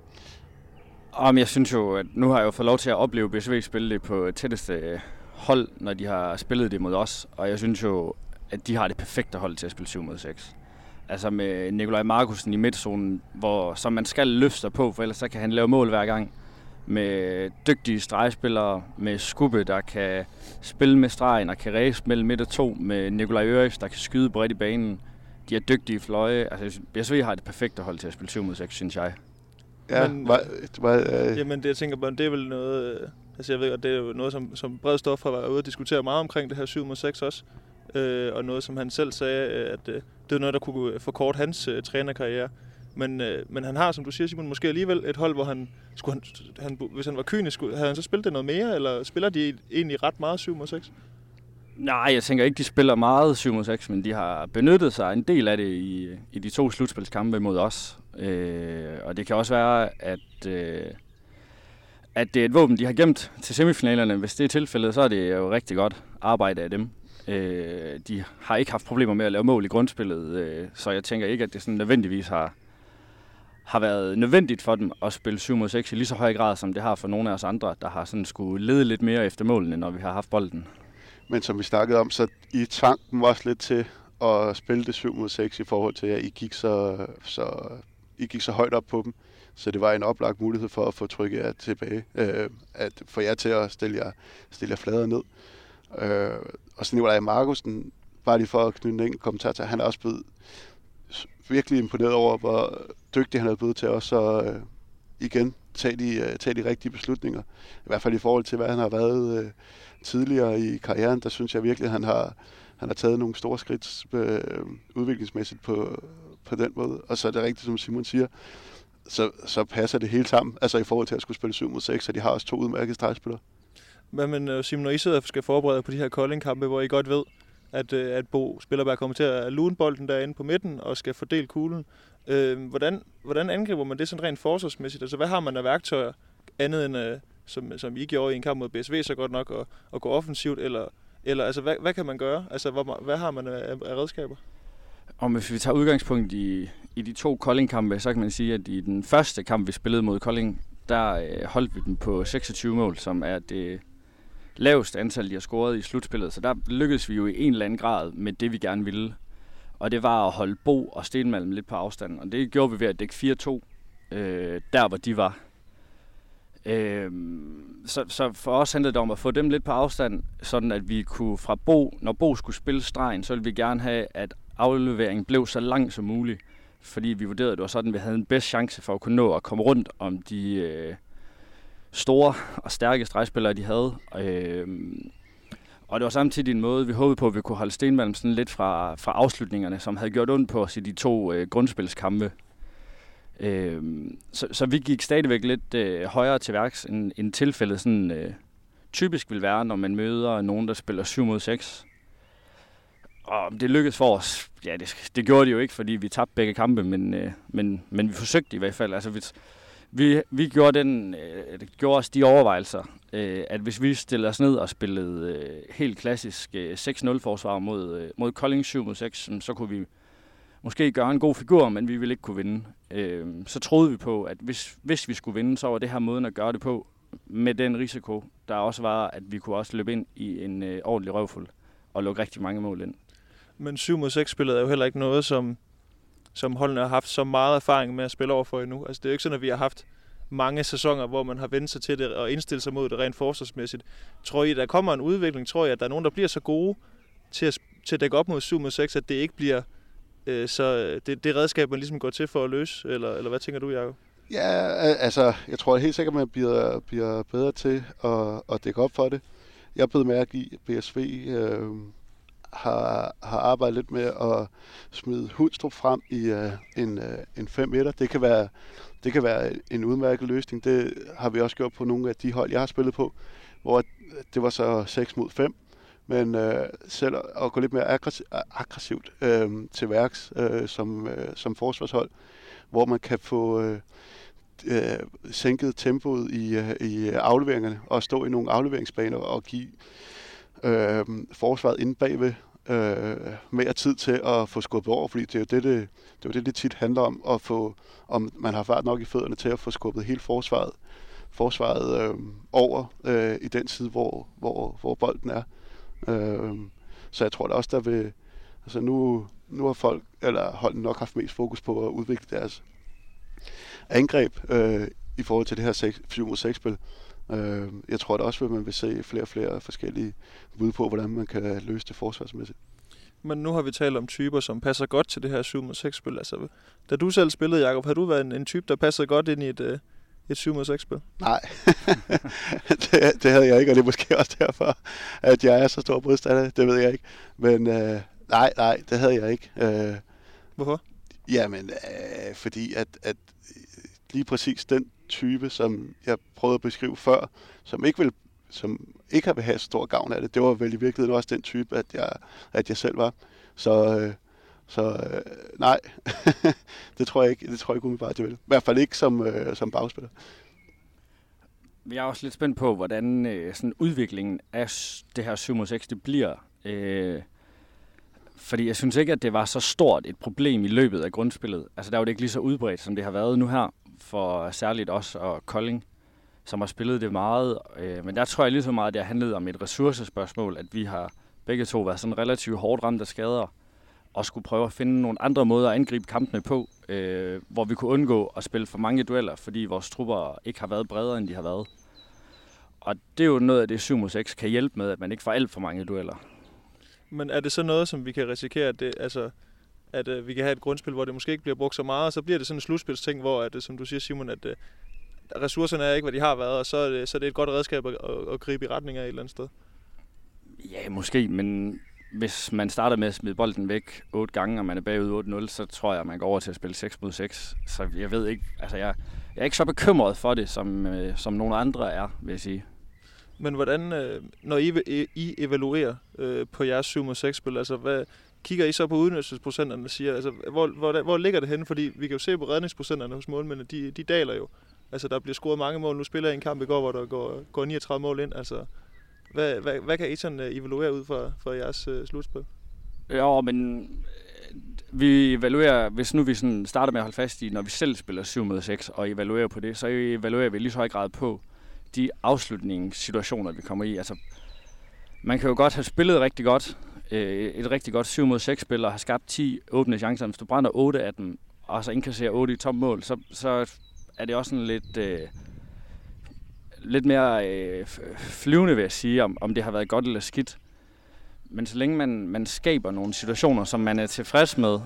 Jeg synes jo, at nu har jeg jo fået lov til at opleve BSV spille det på tætteste hold, når de har spillet det mod os. Og jeg synes jo, at de har det perfekte hold til at spille 7 mod 6. Altså med Nikolaj Markusen i midtzonen, som man skal løfte sig på, for ellers så kan han lave mål hver gang. Med dygtige stregspillere, med Skubbe, der kan spille med stregen og kan ræse mellem 1 og 2, med Nikolaj Øres, der kan skyde bredt i banen. De er dygtige fløje. Altså BSV har det perfekte hold til at spille 7 mod 6, synes jeg. Ja, jamen det jeg tænker på, det er vel noget, altså jeg ved godt, det er jo noget, som Bred Stof har været ude og diskutere meget omkring det her 7 mod 6 også, og noget, som han selv sagde, at det er noget, der kunne forkorte hans trænerkarriere. Men han har, som du siger, Simon, måske alligevel et hold, hvor hvis han var kynisk, havde han så spillet det noget mere, eller spiller de egentlig ret meget 7 mod 6? Nej, jeg tænker ikke, de spiller meget 7 mod 6, men de har benyttet sig en del af det i de 2 slutspilskampe mod os. Og det kan også være, at det er et våben, de har gemt til semifinalerne. Hvis det er tilfældet, så er det jo rigtig godt arbejde af dem. De har ikke haft problemer med at lave mål i grundspillet, så jeg tænker ikke, at det sådan nødvendigvis har været nødvendigt for dem at spille 7 mod 6 i lige så høj grad, som det har for nogle af os andre, der har sådan skulle lede lidt mere efter målene, når vi har haft bolden. Men som vi snakkede om, så I tvang dem også lidt til at spille det 7 mod 6 i forhold til, at I gik så højt op på dem. Så det var en oplagt mulighed for at få trykket jer tilbage. At få jer til at stille jer flader ned. Og så Nikolaj Markusen, bare lige for at knytte en enkelt kommentar til, han er også blevet virkelig imponeret over, hvor dygtig han er blevet til også igen tage de rigtige beslutninger. I hvert fald i forhold til, hvad han har været tidligere i karrieren, der synes jeg virkelig, at han har taget nogle store skridt udviklingsmæssigt på den måde. Og så er det rigtigt, som Simon siger, så passer det hele sammen. Altså i forhold til at skulle spille 7 mod 6, så de har også 2 udmærkede stregspillere. Hvad men Simon, når I sidder og skal forberede på de her Kolding-kampe, hvor I godt ved, at Bo Spillerberg kommer til at lune bolden derinde på midten og skal fordele kuglen. Hvordan angriber man det sådan rent forsvarsmæssigt? Altså hvad har man af værktøjer andet end, som I gjorde i en kamp mod BSV så godt nok, at gå offensivt? Eller altså hvad kan man gøre? Altså hvad har man af redskaber? Og hvis vi tager udgangspunkt i de 2 Kolding-kampe, så kan man sige, at i den første kamp, vi spillede mod Kolding, der holdt vi den på 26 mål, som er det laveste antal, de har scoret i slutspillet. Så der lykkedes vi jo i en eller anden grad med det, vi gerne ville. Og det var at holde Bo og Stenmalm lidt på afstand. Og det gjorde vi ved at dække 4-2, der hvor de var. Så for os handlede det om at få dem lidt på afstand, sådan at vi kunne fra Bo, når Bo skulle spille stregen, så ville vi gerne have, at afleveringen blev så lang som muligt. Fordi vi vurderede, at det var sådan, at vi havde en bedst chance for at kunne nå at komme rundt om de store og stærke stregspillere, de havde. Og det var samtidig en måde, vi håbede på, at vi kunne holde Stenmalm sådan lidt fra afslutningerne, som havde gjort ondt på os i de 2 grundspilskampe. Så vi gik stadigvæk lidt højere til værks, end tilfældet sådan, typisk vil være, når man møder nogen, der spiller 7 mod 6. Og det lykkedes for os. Ja, det gjorde det jo ikke, fordi vi tabte begge kampe, men vi forsøgte i hvert fald. Altså, vi gjorde os de overvejelser, at hvis vi stillede os ned og spillede helt klassisk 6-0-forsvar mod Kolding 7 mod 6, så kunne vi måske gøre en god figur, men vi ville ikke kunne vinde. Så troede vi på, at hvis vi skulle vinde, så var det her måden at gøre det på, med den risiko, der også var, at vi kunne også løbe ind i en ordentlig røvfuld og lukke rigtig mange mål ind. Men 7 mod 6 spillet er jo heller ikke noget, som holdene har haft så meget erfaring med at spille over for endnu. Altså det er jo ikke sådan, at vi har haft mange sæsoner, hvor man har vendt sig til det og indstillet sig mod det rent forsvarsmæssigt. Tror I, der kommer en udvikling? Tror I, at der er nogen, der bliver så gode til at dække op mod 7 mod 6, at det ikke bliver så det redskab, man ligesom går til for at løse? Eller hvad tænker du, Jacob? Ja, altså jeg tror helt sikkert, man bliver bedre til at dække op for det. Jeg blev mærke i, at BSV har arbejdet lidt med at smide Hundstrup frem i en 5-1'er. Det kan være en udmærket løsning. Det har vi også gjort på nogle af de hold, jeg har spillet på, hvor det var så 6 mod 5. Men selv at gå lidt mere aggressivt til værks som forsvarshold, hvor man kan få sænket tempoet i afleveringerne og stå i nogle afleveringsbaner og give forsvaret inde bagved mere tid til at få skubbet over, fordi det er jo det tit handler om, at få, om man har fart nok i fødderne til at få skubbet hele forsvaret over i den side, hvor bolden er. Så jeg tror da også, der vil, altså nu har folk, eller holdet nok haft mest fokus på at udvikle deres angreb i forhold til det her 7 mod 6-spil. Jeg tror da også, at man vil se flere og flere forskellige bud på, hvordan man kan løse det forsvarsmæssigt. Men nu har vi talt om typer, som passer godt til det her 7 mod 6-spil. Altså, da du selv spillede, Jacob, har du været en type, der passede godt ind i et 7 mod 6-spil? Nej, det havde jeg ikke, og det er måske også derfor, at jeg er så stor modstander. Det ved jeg ikke. Men nej, det havde jeg ikke. Hvorfor? Jamen, fordi at lige præcis den type, som jeg prøvede at beskrive før, som ikke har have stor gavn af det, det var vel i virkeligheden også den type, at jeg selv var. Så nej, det tror jeg ikke. Det tror jeg ikke umiddelbart, det vil. I hvert fald ikke som bagspiller. Jeg er også lidt spændt på, hvordan sådan udviklingen af det her 7 mod 6 det bliver. Fordi jeg synes ikke, at det var så stort et problem i løbet af grundspillet. Altså der var det ikke lige så udbredt, som det har været nu her, for særligt os og Kolding, som har spillet det meget. Men der tror jeg lige så meget, at det har handlet om et ressourcespørgsmål, at vi har begge to været sådan relativt hårdt ramt af skader, og skulle prøve at finde nogle andre måder at angribe kampene på, hvor vi kunne undgå at spille for mange dueller, fordi vores trupper ikke har været bredere, end de har været. Og det er jo noget af det 7 mod 6 kan hjælpe med, at man ikke får alt for mange dueller. Men er det så noget, som vi kan risikere, at vi kan have et grundspil, hvor det måske ikke bliver brugt så meget, og så bliver det sådan en slutspilsting, hvor, som du siger, Simon, ressourcerne er ikke, hvad de har været, og så er det et godt redskab at gribe i retning af et eller andet sted. Ja, måske, men hvis man starter med at smide bolden væk 8 gange, og man er bagud 8-0, så tror jeg, at man går over til at spille 6 mod 6. Så jeg ved ikke, altså jeg er ikke så bekymret for det, som nogle andre er, vil jeg sige. Men hvordan, når I evaluerer på jeres 7 mod 6 spil, altså hvad kigger I så på udnyttelsesprocenterne og siger, altså hvor ligger det henne? Fordi vi kan jo se på redningsprocenterne hos målmændene, de daler jo. Altså der bliver scoret mange mål. Nu spiller jeg en kamp i går, hvor der går 39 mål ind. Altså hvad kan I sådan evaluere ud fra jeres slutspil? Ja, men vi evaluerer, hvis nu vi sådan starter med at holde fast i, når vi selv spiller 7 mod 6 og evaluerer på det, så evaluerer vi lige så høj grad på de afslutningssituationer, vi kommer i. Altså, man kan jo godt have spillet rigtig godt, et rigtig godt 7 mod 6 spil og have skabt 10 åbne chancer. Hvis du brænder 8 af dem, og så indkasserer 8 i tom mål, så er det også sådan lidt mere flyvende, vil jeg sige, om det har været godt eller skidt. Men så længe man skaber nogle situationer, som man er tilfreds med,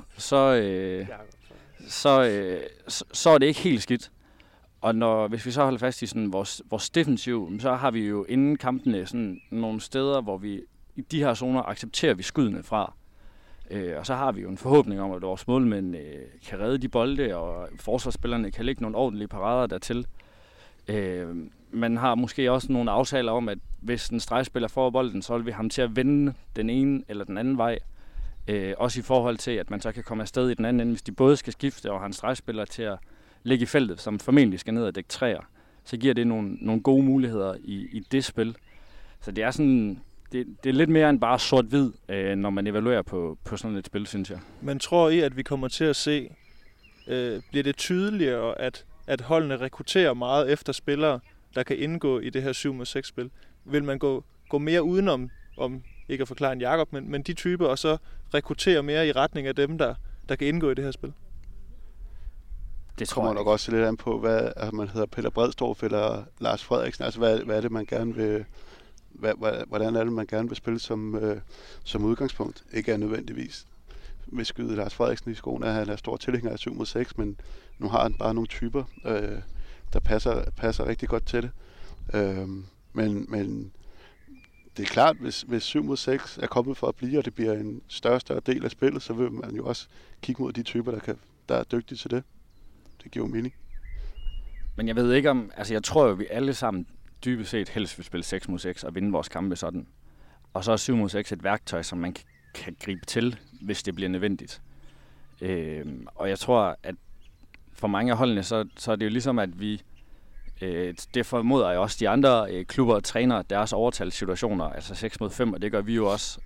så er det ikke helt skidt. Og hvis vi så holder fast i sådan vores defensiv, så har vi jo inden kampene sådan nogle steder, hvor vi i de her zoner accepterer vi skydene fra. Og så har vi jo en forhåbning om, at vores målmænd kan redde de bolde, og forsvarsspillerne kan lægge nogle ordentlige parader dertil. Man har måske også nogle aftaler om, at hvis en stregspiller får bolden, så vil vi ham til at vende den ene eller den anden vej. Også i forhold til, at man så kan komme afsted i den anden ende, hvis de både skal skifte og har en stregspiller til at ligge i feltet, som formentlig skal ned og dække træer. Så giver det nogle gode muligheder i det spil. Så det er sådan... Det er lidt mere end bare sort-hvid, når man evaluerer på sådan et spil, synes jeg. Men tror I, at vi kommer til at se, bliver det tydeligere, at holdene rekrutterer meget efter spillere, der kan indgå i det her 7 mod 6 spil? Vil man gå mere udenom, om ikke at forklare en Jakob, men de typer, og så rekruttere mere i retning af dem, der kan indgå i det her spil? Det kommer nok også lidt an på, hvad man hedder Peter Bredstorff eller Lars Frederiksen. Altså, hvad er det, man gerne vil... Hvordan er det, man gerne vil spille som udgangspunkt? Ikke er nødvendigvis vil skyde Lars Frederiksen i skoene, at han er stor tilhænger af 7 mod 6, men nu har han bare nogle typer, der passer rigtig godt til det. Men det er klart, hvis 7 mod 6 er kommet for at blive, og det bliver en større del af spillet, så vil man jo også kigge mod de typer, der er dygtige til det. Det giver jo mening. Men jeg ved ikke om... Altså, jeg tror jo, vi alle sammen dybest set helst vil spille 6 mod 6 og vinde vores kampe sådan. Og så er 7 mod 6 et værktøj, som man kan gribe til, hvis det bliver nødvendigt. Og jeg tror, at for mange af holdene, så er det jo ligesom, at vi... det formoder jeg også de andre klubber og træner deres overtalssituationer, altså 6 mod 5, og det gør vi jo også.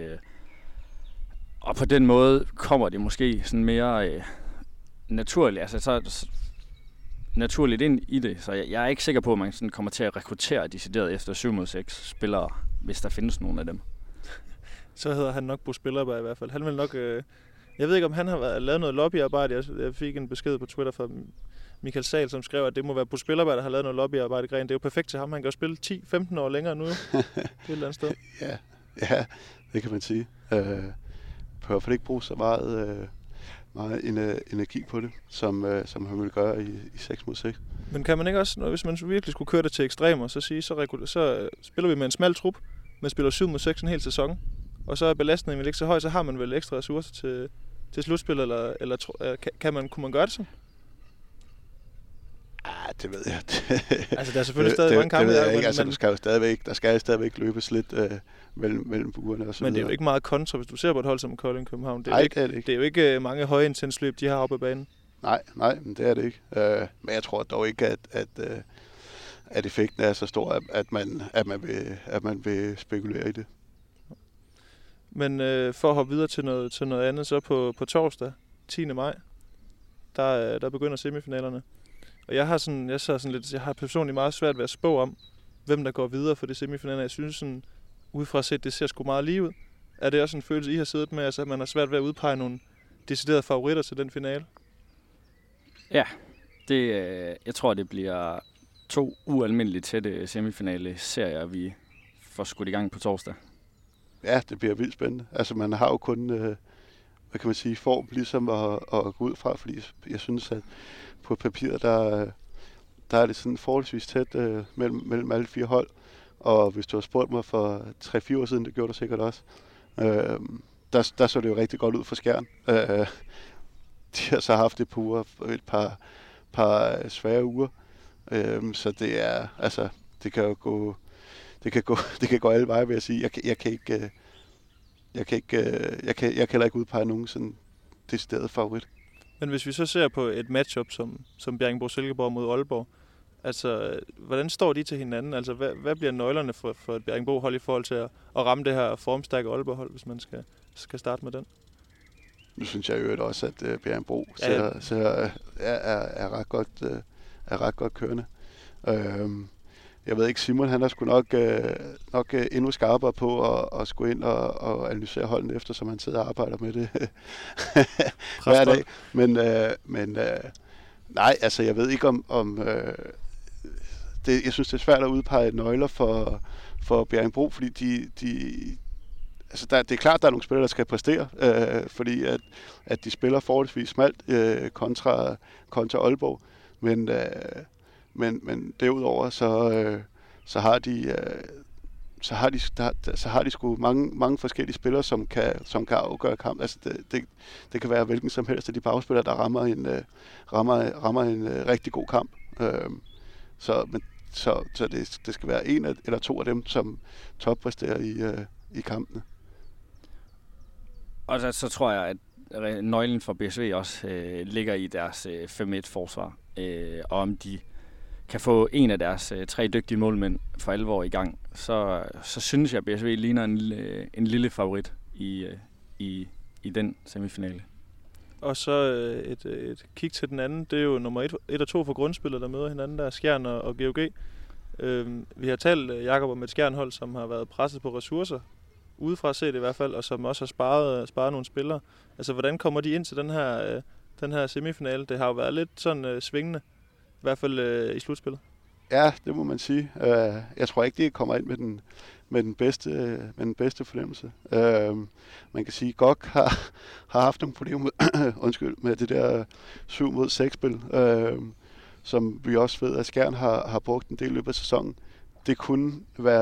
Og på den måde kommer det måske sådan mere naturligt, altså så naturligt ind i det, så jeg er ikke sikker på, at man sådan kommer til at rekruttere decideret efter 7 mod 6 spillere, hvis der findes nogen af dem. Så hedder han nok Bo Spillerberg i hvert fald. Han vil nok... jeg ved ikke, om han har lavet noget lobbyarbejde. Jeg fik en besked på Twitter fra Michael Sahl, som skrev, at det må være Bo Spillerberg, der har lavet noget lobbyarbejde i Gren. Det er jo perfekt til ham. Han kan jo spille 10-15 år længere nu. Det er et eller andet sted. Ja, det kan man sige. Prøver for ikke bruge så meget energi på det, som han vil gøre i 6 mod 6. Men kan man ikke også, hvis man virkelig skulle køre det til ekstremer, så spiller vi med en smal trup, man spiller 7 mod 6 en hel sæson, og så er belastningen vel ikke så høj, så har man vel ekstra ressourcer til slutspil, eller kunne man gøre det sådan? Det ved jeg. Altså, der er selvfølgelig stadig mange kampe. Det ved jeg ikke. Altså, der skal stadigvæk løbes lidt mellem buerne og så men det er jo ikke meget kontra, hvis du ser på et hold som Kolding København. Det er jo ikke mange højintensløb, de har oppe af banen. Nej, men det er det ikke. Men jeg tror dog ikke, at effekten er så stor, at man vil spekulere i det. Men for at hoppe videre til noget andet, så på torsdag, 10. maj, der begynder semifinalerne. Og jeg har personligt meget svært ved at spå om, hvem der går videre for det semifinaler. Jeg synes sådan, udefra set, det ser sgu meget lige ud. Er det også en følelse, I har siddet med, altså, at man har svært ved at udpege nogle deciderede favoritter til den finale? Ja, jeg tror, det bliver 2 ualmindeligt tætte semifinale-serier, vi får skudt i gang på torsdag. Ja, det bliver vildt spændende. Altså, man har jo kun, hvad kan man sige, form ligesom at gå ud fra, fordi jeg synes, at på papiret, der er det sådan forholdsvis tæt mellem alle 4 hold. Og hvis du har spurgt mig for 3-4 år siden, det gjorde du sikkert også, der så det jo rigtig godt ud for Skjern. De har så haft et par svære uger. Så det er, altså, det kan gå alle veje, vil jeg sige. Jeg kan heller ikke udpege nogen sådan decideret favorit. Men hvis vi så ser på et matchup som Bjerringbro-Silkeborg mod Aalborg, altså, hvordan står de til hinanden? Altså, hvad bliver nøglerne for et Bjerringbro-hold i forhold til at ramme det her formstærke Aalborg-hold, hvis man skal starte med den? Nu synes jeg jo også, at Bjerringbro er ret godt kørende. Jeg ved ikke, Simon han er sgu nok endnu skarpere på at skulle ind og analysere holdene efter, som han sidder og arbejder med det hver dag. Men nej, altså jeg ved ikke om det, jeg synes, det er svært at udpege nøgler for Bjerringbro, fordi altså det er klart, at der er nogle spillere, der skal præstere, fordi at de spiller forholdsvis smalt kontra Aalborg, men derudover så har de sgu mange forskellige spillere, som kan afgøre kamp. Altså det kan være hvilken som helst af de bagspillere, der rammer en rigtig god kamp. Så det skal være en eller to af dem, som toppræsterer i kampene. Og så tror jeg, at nøglen for BSV også ligger i deres 5-1-forsvar. Og om de kan få en af deres 3 dygtige målmænd for alvor i gang, så synes jeg, at BSV ligner en lille favorit i den semifinale. Og så et kig til den anden. Det er jo nummer 1 og 2 for grundspillet, der møder hinanden, der er Skjern og GOG. Vi har talt, Jakob, om et Skjern-hold, som har været presset på ressourcer, udefra set i hvert fald, og som også har sparet nogle spillere. Altså, hvordan kommer de ind til den her semifinale? Det har jo været lidt sådan svingende, i hvert fald i slutspillet. Ja, det må man sige. Jeg tror ikke, de kommer ind med den bedste fornemmelse. Man kan sige, at GOG har haft nogle problemer med det der 7-mod-6-spil, som vi også ved, at Skjern har brugt en del i løbet af sæsonen. Det kunne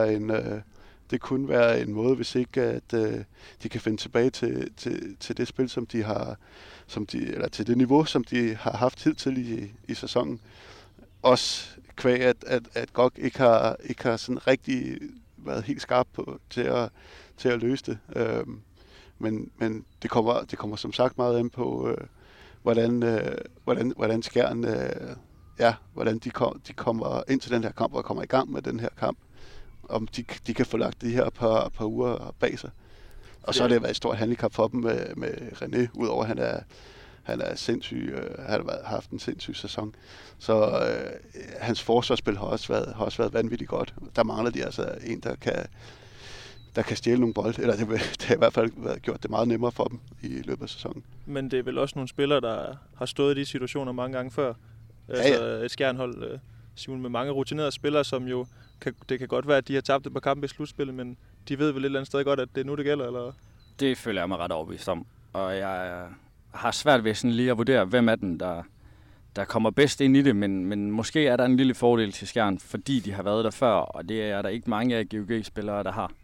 være en måde, hvis ikke at de kan finde tilbage til det spil, eller til det niveau, som de har haft hidtil i sæsonen. Også kvæg, at GOG ikke har sådan rigtig været helt skarp på til at løse det. Men det kommer som sagt meget an på, hvordan Skjern, hvordan de kommer ind til den her kamp og kommer i gang med den her kamp. Om de kan få lagt de her par uger bag sig. Og så har det været et stort handicap for dem med René, udover han er sindssyg, han har haft en sindssyg sæson. Så hans forsvarsspil har også været vanvittigt godt. Der mangler de altså en, der kan stjæle nogle bold, eller det har i hvert fald gjort det meget nemmere for dem i løbet af sæsonen. Men det er vel også nogle spillere, der har stået i de situationer mange gange før. Altså et Skjernhold, Simon, med mange rutinerede spillere, som jo, det kan godt være, at de har tabt et par kampe i slutspillet, men de ved vel et eller andet sted godt, at det er nu, det gælder, eller? Det føler jeg mig ret overbevist om. Og jeg har svært ved sådan lige at vurdere, hvem af dem, der kommer bedst ind i det, men måske er der en lille fordel til Skjern, fordi de har været der før, og det er der ikke mange af GOG-spillere, der har.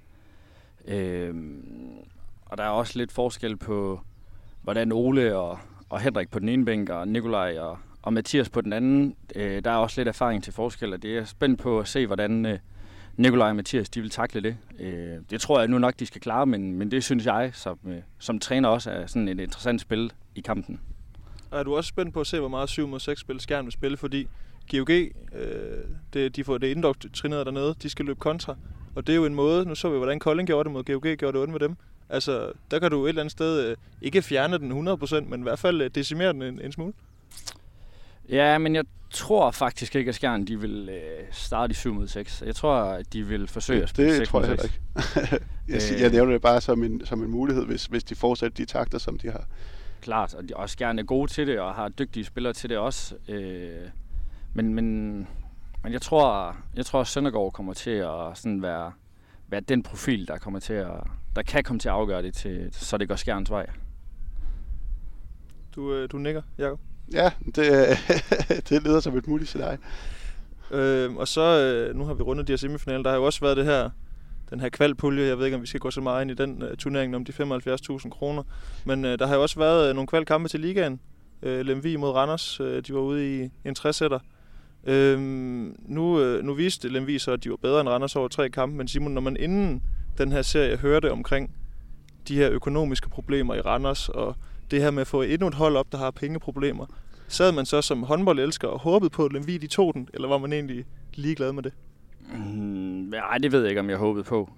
Og der er også lidt forskel på, hvordan Ole og Henrik på den ene bænk, og Nikolaj og Mathias på den anden. Der er også lidt erfaring til forskel, og det er spændt på at se, hvordan Nikolaj og Mathias de vil takle det. Det tror jeg nu nok, de skal klare, men det synes jeg som træner også er sådan et interessant spil i kampen. Og er du også spændt på at se, hvor meget 7-mod-6-spil Skjern vil spille, fordi GOG, de får det indoktrineret dernede, de skal løbe kontra. Og det er jo en måde, nu så vi, hvordan Kolding gjorde det mod GOG, gjorde det ondt med dem. Altså, der kan du et eller andet sted ikke fjerne den 100%, men i hvert fald decimere den en smule. Ja, men jeg tror faktisk ikke, at Skjern de vil starte i 7-mod-6. Jeg tror, at de vil forsøge at spille 6-mod-6. Det tror jeg ikke. Jeg nævner det bare som en mulighed, hvis de fortsætter de takter, som de har. Klart, og Skjern er gode til det, og har dygtige spillere til det også. Men jeg tror, at Søndergaard kommer til at sådan være den profil, der kan komme til at afgøre det, så det går Skjerns vej. Du nikker, Jakob? Ja, det lyder som et muligt scenarie. Og så, nu har vi rundet de her semifinaler, der har jo også været den her kvalpulje. Jeg ved ikke, om vi skal gå så meget ind i den turnering om de 75.000 kroner. Men der har jo også været nogle kvalkampe til ligaen. Lemvig mod Randers, de var ude i en 60-sætter. Nu viste Lemvig så, at de var bedre end Randers over 3 kampe. Men Simon, når man inden den her serie hørte omkring de her økonomiske problemer i Randers, og det her med at få endnu et hold op, der har pengeproblemer, sad man så som håndboldelsker og håbede på, at Lemvig de tog den, eller var man egentlig ligeglad med det? Nej, det ved jeg ikke, om jeg håbede på.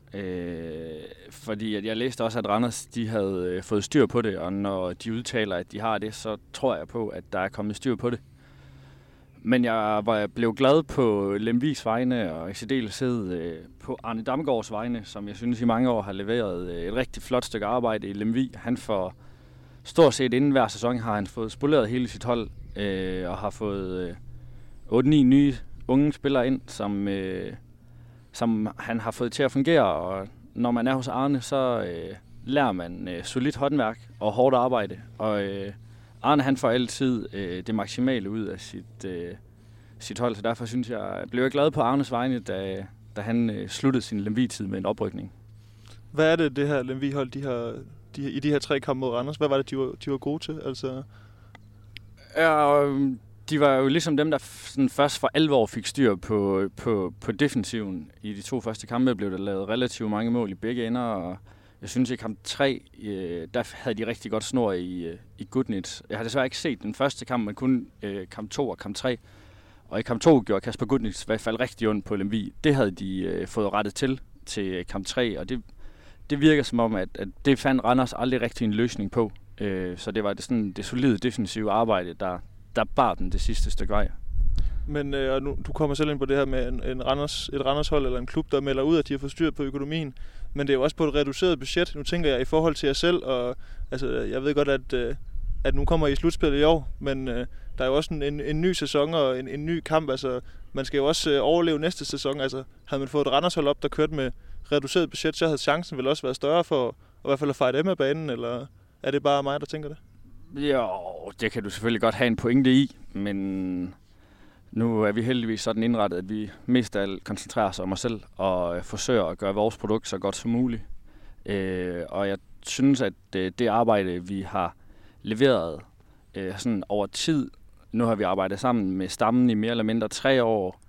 Fordi at jeg læste også, at Randers de havde fået styr på det, og når de udtaler, at de har det, så tror jeg på, at der er kommet styr på det. Men jeg blev glad på Lemvigs vegne, og i særdeleshed på Arne Damgaards vegne, som jeg synes i mange år har leveret et rigtig flot stykke arbejde i Lemvig. Han får stort set inden hver sæson har han fået spoleret hele sit hold, og har fået 8-9 nye unge spillere ind, som han har fået til at fungere. Og når man er hos Arne, så lærer man solidt håndværk og hårdt arbejde. Og Arne han får altid det maksimale ud af sit hold, så derfor synes jeg, blev jeg glad på Arnes vegne, da han sluttede sin Lemvig-tid med en oprykning. Hvad er det her Lemvig-hold, i de her 3 kampe mod Randers? Hvad var det, de var gode til? Altså... Ja, de var jo ligesom dem, der sådan først for alvor fik styr på defensiven. I de 2 første kampe blev der lavet relativt mange mål i begge ender, og jeg synes i kamp 3, der havde de rigtig godt snor i Gudnitz. Jeg har desværre ikke set den første kamp, men kun kamp 2 og kamp 3. Og i kamp 2 gjorde Kasper Gudnitz i hvert fald rigtig ondt på Lemvig. Det havde de fået rettet til kamp 3, og det virker som om, at det fandt Randers aldrig rigtig en løsning på. Så det var det solide defensive arbejde, der bar den det sidste stykke vej. Men nu, du kommer selv ind på det her med et Randers-hold eller en klub, der melder ud, at de har fået styr på økonomien. Men det er jo også på et reduceret budget. Nu tænker jeg i forhold til jer selv, og altså, jeg ved godt, at nu kommer I slutspillet i år, men der er jo også en ny sæson og en ny kamp. Altså, man skal jo også overleve næste sæson. Altså, havde man fået et Randers-hold op, der kørte med reduceret budget, så havde chancen vel også været større for i hvert fald at fejre dem af banen, eller er det bare mig, der tænker det? Jo, det kan du selvfølgelig godt have en pointe i, men nu er vi heldigvis sådan indrettet, at vi mest af alt koncentrerer os om os selv og forsøger at gøre vores produkt så godt som muligt. Og jeg synes, at det arbejde, vi har leveret sådan over tid, nu har vi arbejdet sammen med stammen i mere eller mindre 3 år,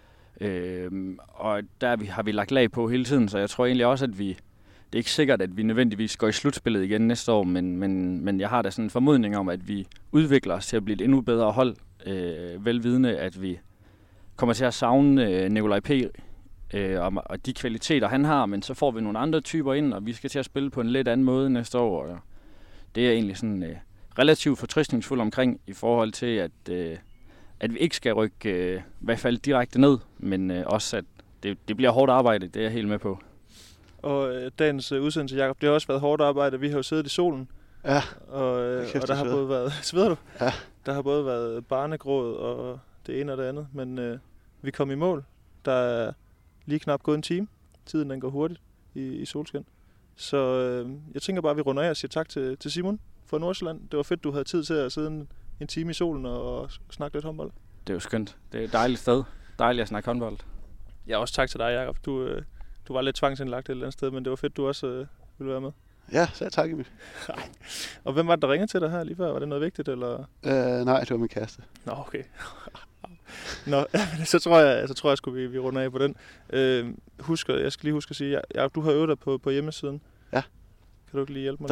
og der har vi lagt lag på hele tiden, så jeg tror egentlig også, at det er ikke sikkert, at vi nødvendigvis går i slutspillet igen næste år, men jeg har da sådan en formodning om, at vi udvikler os til at blive et endnu bedre hold, velvidende, at vi kommer til at savne Nikolaj P. Og de kvaliteter, han har, men så får vi nogle andre typer ind, og vi skal til at spille på en lidt anden måde næste år. Og det er egentlig sådan relativt fortrøstningsfuld omkring i forhold til, at vi ikke skal rykke i hvert fald direkte ned, men også, at det bliver hårdt arbejde, det er jeg helt med på. Og dagens udsendelse, Jakob, det har også været hårdt arbejde. Vi har jo siddet i solen. Ja. Og der har både været... Sveder du? Ja. Der har både været barnegråd og det ene og det andet, men vi kom i mål. Der er lige knap gået en time. Tiden den går hurtigt i solskin. Så jeg tænker bare, at vi runder af og siger tak til Simon fra Nordsjælland. Det var fedt, du havde tid til at sidde en time i solen og snakke lidt håndbold. Det er jo skønt. Det er et dejligt sted. Dejligt at snakke håndbold. Ja, også tak til dig, Jakob. Du var lidt tvangsindlagt et eller andet sted, men det var fedt, du også ville være med. Ja, så tak, Emil. Og hvem var det, der ringede til dig her lige før? Var det noget vigtigt, eller? Nej, det var min kæreste. Nå, okay. Nå, så tror jeg sgu, vi runder af på den. Jeg skal lige huske at sige, Jakob, du har øvet dig på hjemmesiden. Ja. Kan du ikke lige hjælpe mig?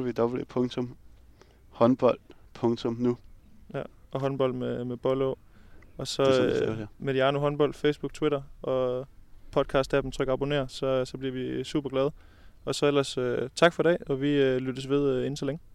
www.håndbold.nu. Ja, og håndbold med Bollå. Og så Mediano håndbold, Facebook, Twitter og podcast-appen, tryk abonner, så bliver vi super glade. Og så ellers tak for i dag, og vi lyttes ved indtil længe.